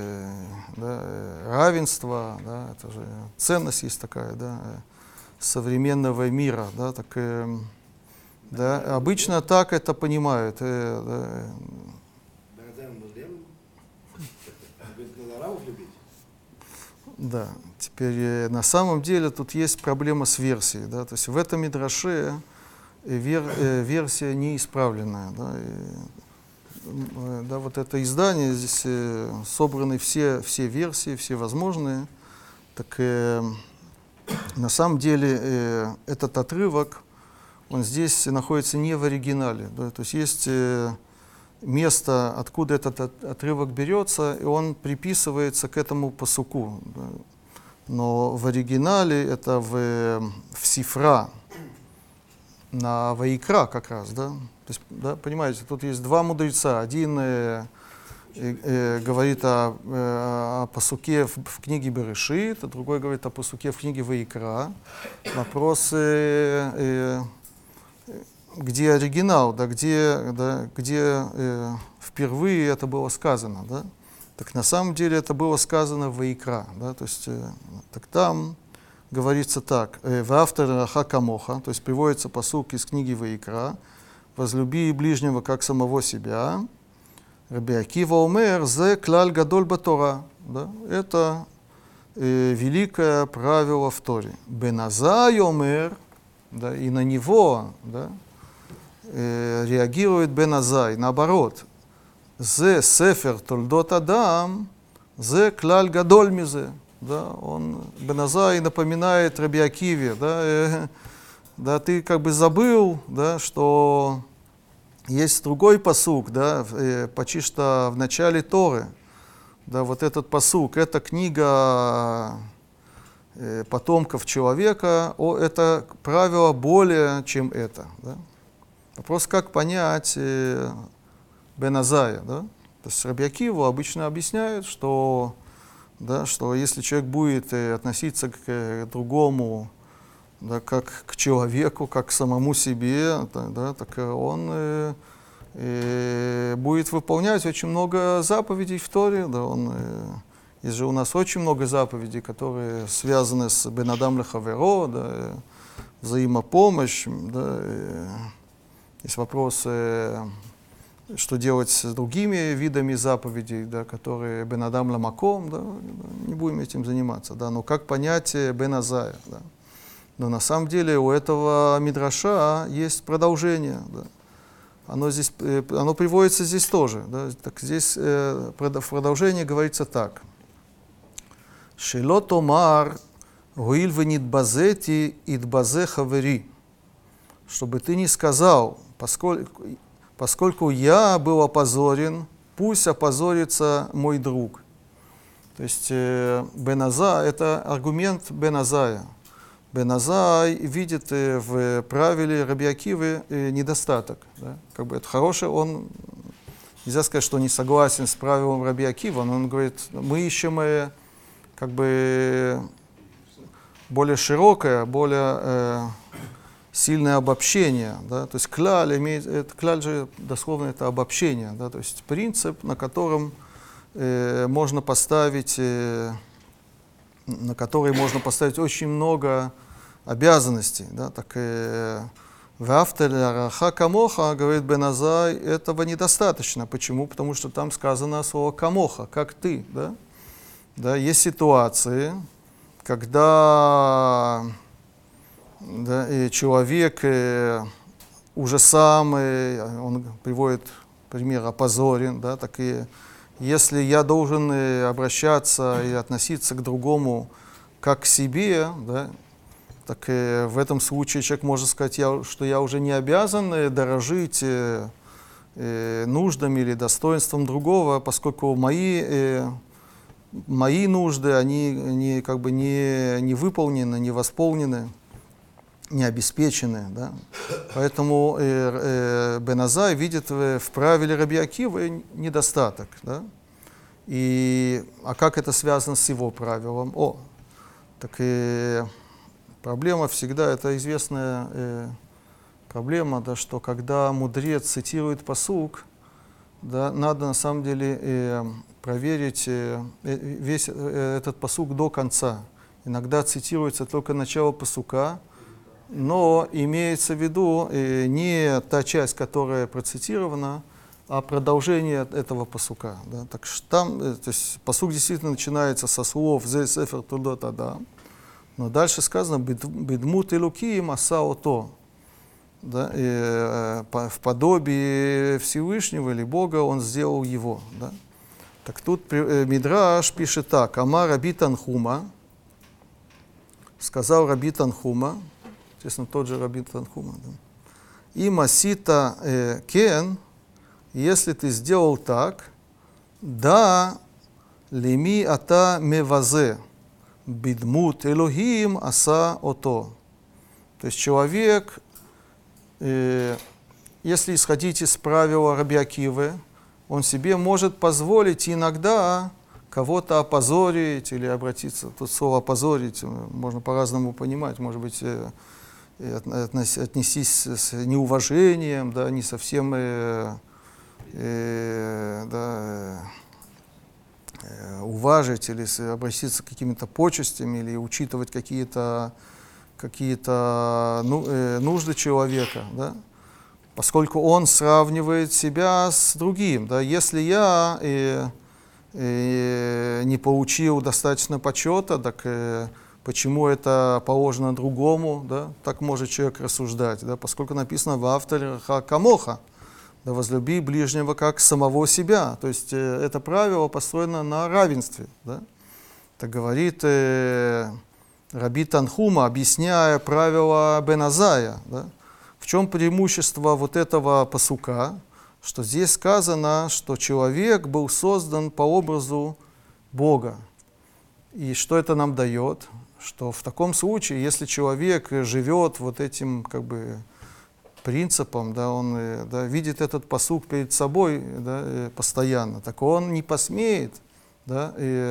равенство, да, это же ценность есть такая, да, современного мира, да, так, Да, обычно так это понимают. Беназай муслим, говорит, надо арабов любить. Да, теперь на самом деле тут есть проблема с версией. Да? То есть в этом мидраше версия неисправленная. Да? Да, вот это издание, здесь собраны все версии, все возможные. Так на самом деле этот отрывок, он здесь находится не в оригинале. Да? То есть есть место, откуда этот отрывок берется, и он приписывается к этому пасуку. Да? Но в оригинале это в Сифра, на Ваикра как раз. Да? То есть, да, понимаете, тут есть два мудреца. Один говорит о пасуке в книге Берешит, а другой говорит о пасуке в книге Ваикра. Вопрос, где оригинал, да, где впервые это было сказано. Да? Так на самом деле это было сказано в Ваикра. Да? То есть, так там говорится так: «Ваавта лераха камоха», то есть приводится пасук из книги Ваикра: «Возлюби ближнего, как самого себя». Раби Акива омер: «Зе клаль гадоль батора». Да? Это великое правило в Торе. Беназай омер, да, и на него, да, реагирует Беназай, наоборот. «Зе сефер толдот адам, зе клаль гадоль мизе». Да? Беназай напоминает Раби Акиве, да, да, ты как бы забыл, да, что есть другой пасук, да, почти что в начале Торы. Да, вот этот пасук, это книга потомков человека, это правило более, чем это. Да. Вопрос, как понять Беназая. Да? То есть Раби Акиву обычно объясняют, что, да, что если человек будет относиться к другому, да, как к человеку, как к самому себе, да, так он будет выполнять очень много заповедей в Торе. Да, есть же у нас очень много заповедей, которые связаны с бен адам лехаверо, да, взаимопомощь. Да, есть вопрос, что делать с другими видами заповедей, да, которые бен адам ламаком, да, не будем этим заниматься. Да, но как понять беназая? Да. Но на самом деле у этого мидраша есть продолжение. Да. Оно приводится здесь тоже. Да. Так здесь в продолжении говорится так. «Шело томар гуиль венитбазети идбазе хавери». Чтобы ты не сказал, поскольку я был опозорен, пусть опозорится мой друг. То есть Беназа — это аргумент Беназая. Беназай видит в правиле Раби Акивы недостаток. Да? Как бы это хорошее, он, нельзя сказать, что он не согласен с правилом Раби Акива, но он говорит, мы ищем как бы более широкое, более сильное обобщение. Да? То есть клаль же дословно это обобщение, да? То есть принцип, на котором можно поставить, на который можно поставить очень много обязанностей. Да? Так «Ваавта лераха камоха», говорит Беназай, этого недостаточно. Почему? Потому что там сказано слово «камоха», как ты. Да? Да? Есть ситуации, когда да, человек уже сам, он приводит пример, опозорен, да, так и если я должен обращаться и относиться к другому как к себе, да, так в этом случае человек может сказать, что я уже не обязан дорожить нуждами или достоинством другого, поскольку мои нужды, они как бы не выполнены, не восполнены, не обеспечены. Да? Поэтому Беназай видит в правиле Раби Акивы недостаток. Да? А как это связано с его правилом? Так и проблема всегда, это известная проблема, да, что когда мудрец цитирует пасук, да, надо на самом деле проверить весь этот пасук до конца. Иногда цитируется только начало пасука, но имеется в виду не та часть, которая процитирована, а продолжение этого пасука. Да? Так что там, то есть пасук действительно начинается со слов «Зе сефер тулдот Адам», но дальше сказано «Бедмут элуким аса ото». Да? В подобии Всевышнего или Бога он сделал его. Да? Так тут Мидраш пишет так: «Ама Раби Танхума», сказал Раби Танхума, естественно, тот же Раби Танхума, да? «И масита кен», если ты сделал так, да леми ата мевазе, бидмут элохим аса ото. То есть человек, если исходить из правила Раби Акивы, он себе может позволить иногда кого-то опозорить или обратиться. Тут слово «опозорить» можно по-разному понимать. Может быть, отнестись с неуважением, да, не совсем уважить или обратиться к какими-то почестями или учитывать какие-то нужды человека, да? Поскольку он сравнивает себя с другим. Да? Если я не получил достаточно почета, так почему это положено другому? Да? Так может человек рассуждать, да? Поскольку написано в авторе «Камоха», да, возлюби ближнего как самого себя. То есть это правило построено на равенстве. Да? Так говорит Раби Танхума, объясняя правило Бен Азая. Да? В чем преимущество вот этого пасука? Что здесь сказано, что человек был создан по образу Бога. И что это нам дает? Что в таком случае, если человек живет вот этим как бы принципом, да, он видит этот пасук перед собой, да, постоянно, так он не посмеет, да,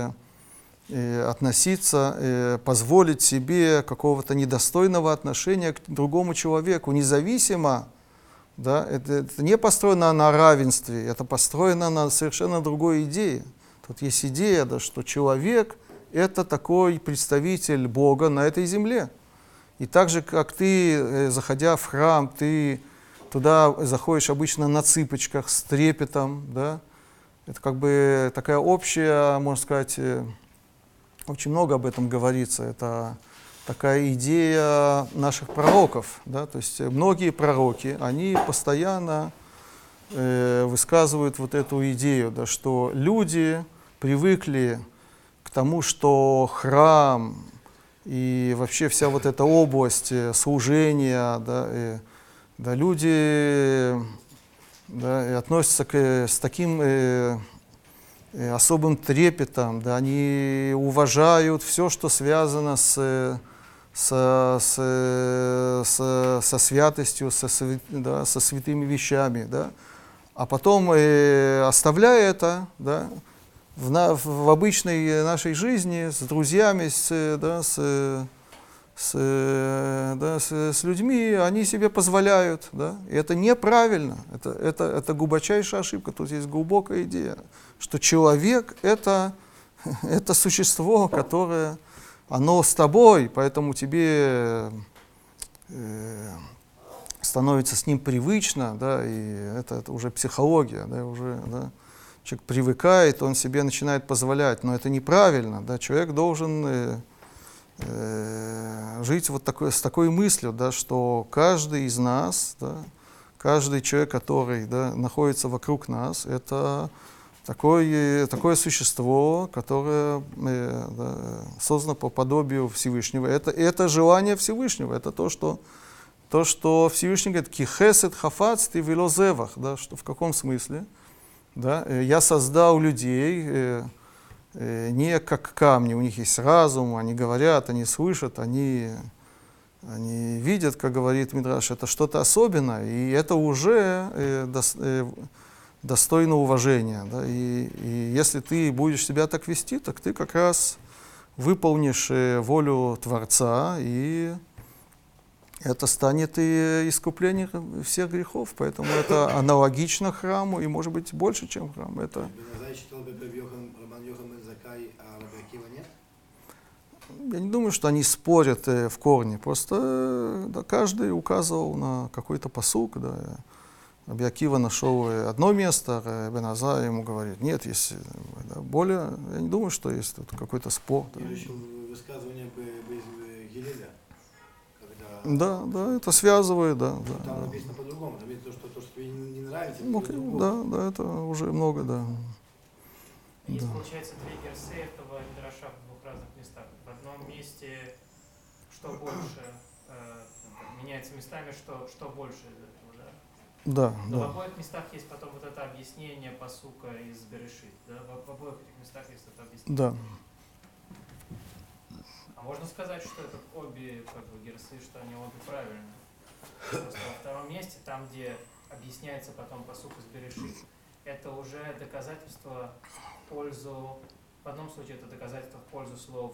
относиться, позволить себе какого-то недостойного отношения к другому человеку, независимо, да, это не построено на равенстве, это построено на совершенно другой идее. Тут есть идея, да, что человек — это такой представитель Бога на этой земле. И так же, как ты, заходя в храм, ты туда заходишь обычно на цыпочках, с трепетом, да, это как бы такая общая, можно сказать, очень много об этом говорится, это такая идея наших пророков, да, то есть многие пророки, они постоянно высказывают вот эту идею, да, что люди привыкли к тому, что храм и вообще вся вот эта область служения, да, люди, да, относятся с таким особым трепетом, да, они уважают все, что связано со святостью, со святыми вещами, да, а потом, оставляя это, да, в обычной нашей жизни с друзьями, с людьми, они себе позволяют. Да? И это неправильно, это глубочайшая ошибка. Тут есть глубокая идея, что человек — это существо, которое, оно с тобой, поэтому тебе становится с ним привычно, да, и это уже психология, да, уже, да. Человек привыкает, он себе начинает позволять, но это неправильно. Да? Человек должен жить вот с такой мыслью, да, что каждый из нас, да, каждый человек, который, да, находится вокруг нас, это такое существо, которое создано по подобию Всевышнего. Это желание Всевышнего, это то, что Всевышний говорит «ки хесед хафац ты вело зевах», да, что в каком смысле? Да, я создал людей не как камни, у них есть разум, они говорят, они слышат, они видят, как говорит Мидраш, это что-то особенное, и это уже достойно уважения. Да, и если ты будешь себя так вести, так ты как раз выполнишь волю Творца, и это станет и искуплением всех грехов, поэтому это аналогично храму и, может быть, больше, чем храм. Это Я не думаю, что они спорят в корне, просто да, каждый указывал на какой-то пасук, да. Раби Акива нашел одно место, Бен Азай ему говорит, нет, есть да, более, я не думаю, что есть тут какой-то спор. Да. Или еще высказывание без Гилеля, когда Да, это связывает, да. там Да. написано по-другому, там есть то, что тебе не нравится, Ну, это другое. да, это уже много, да. Есть, Да. получается, две герсы этого мидраша в двух разных местах. В одном месте, что больше, меняется местами, что больше из этого, да? Да, Но в да. обоих местах есть потом вот это объяснение пасука из Берешит, да? В обоих этих местах есть это объяснение. Да. А можно сказать, что это обе как бы герсы, что они обе правильные? Просто во втором месте, там, где объясняется потом пасук из Берешит, это уже доказательство в пользу, в одном случае это доказательство в пользу слов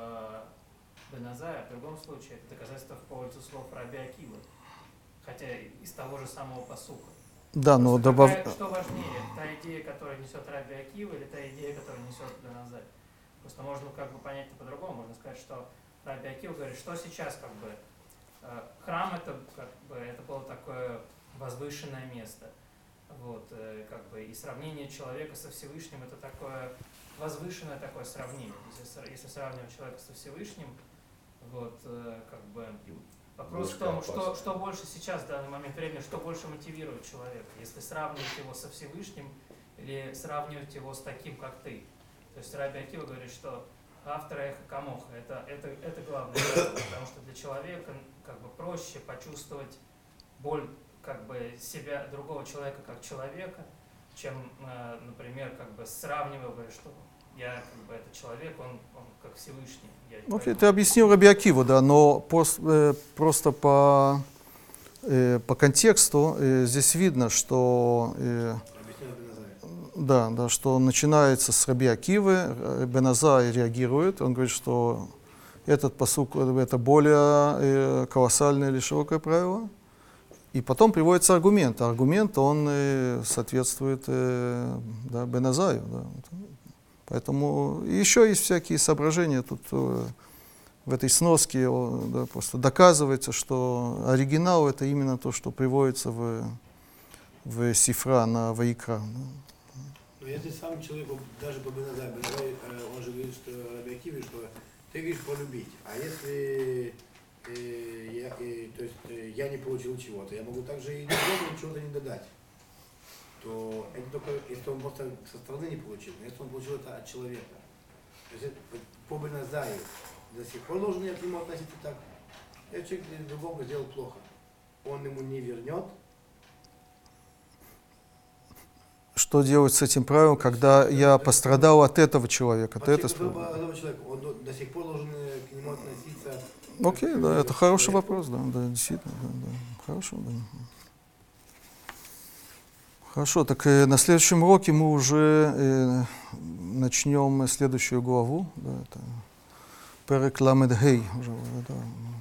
Бен Азая, в другом случае это доказательство в пользу слов Раби Акивы, хотя из того же самого пасука. Да, но Просто что важнее, та идея, которую несет Раби Акива, или та идея, которую несет Бен Азай? Просто можно как бы понять это по-другому, можно сказать, что Раби Акива говорит, что сейчас как бы храм это как бы это было такое возвышенное место. Вот, как бы и сравнение человека со Всевышним это такое возвышенное такое сравнение. Если сравнивать человека со Всевышним, вот, как бы вопрос в том, что больше сейчас в данный момент времени, что больше мотивирует человека, если сравнивать его со Всевышним или сравнивать его с таким, как ты. То есть Раби Акива говорит, что автор эхо камоха, это главное, потому что для человека как бы проще почувствовать боль как бы себя, другого человека как человека, чем, например, как бы сравнивая, говорит, что я как бы этот человек, он как Всевышний. Окей, ты объяснил Раби Акиву, да, но просто по контексту здесь видно, что Объясняю Бен Азай. да, что начинается с Раби Акивы, Бен Азай реагирует, он говорит, что этот пасук это более колоссальное или широкое правило. И потом приводится аргумент. Аргумент, он соответствует да, Бен Азаю. Да. Поэтому еще есть всякие соображения. Тут в этой сноске да, просто доказывается, что оригинал это именно то, что приводится в Сифра на Ваикра. Да. Но если сам человек, даже по Бен Азай, он же говорит, что Раби Акиве, что ты говоришь полюбить. А если я не получил чего-то, я могу также и другому чего-то не додать. То это только если он просто со стороны не получил, но если он получил это от человека. То есть по Бен Азаю до сих пор должен я к нему относиться так. Если человек другому сделал плохо, он ему не вернет. Что делать с этим правилом, когда я пострадал от этого человека? Ты это Человек, он до сих пор должен к нему относиться. Окей, да, это хороший вопрос, да, действительно, да, хорошо, да. Хорошо, так на следующем уроке мы уже начнем следующую главу, да, это Перек Ламед Гей, уже, да,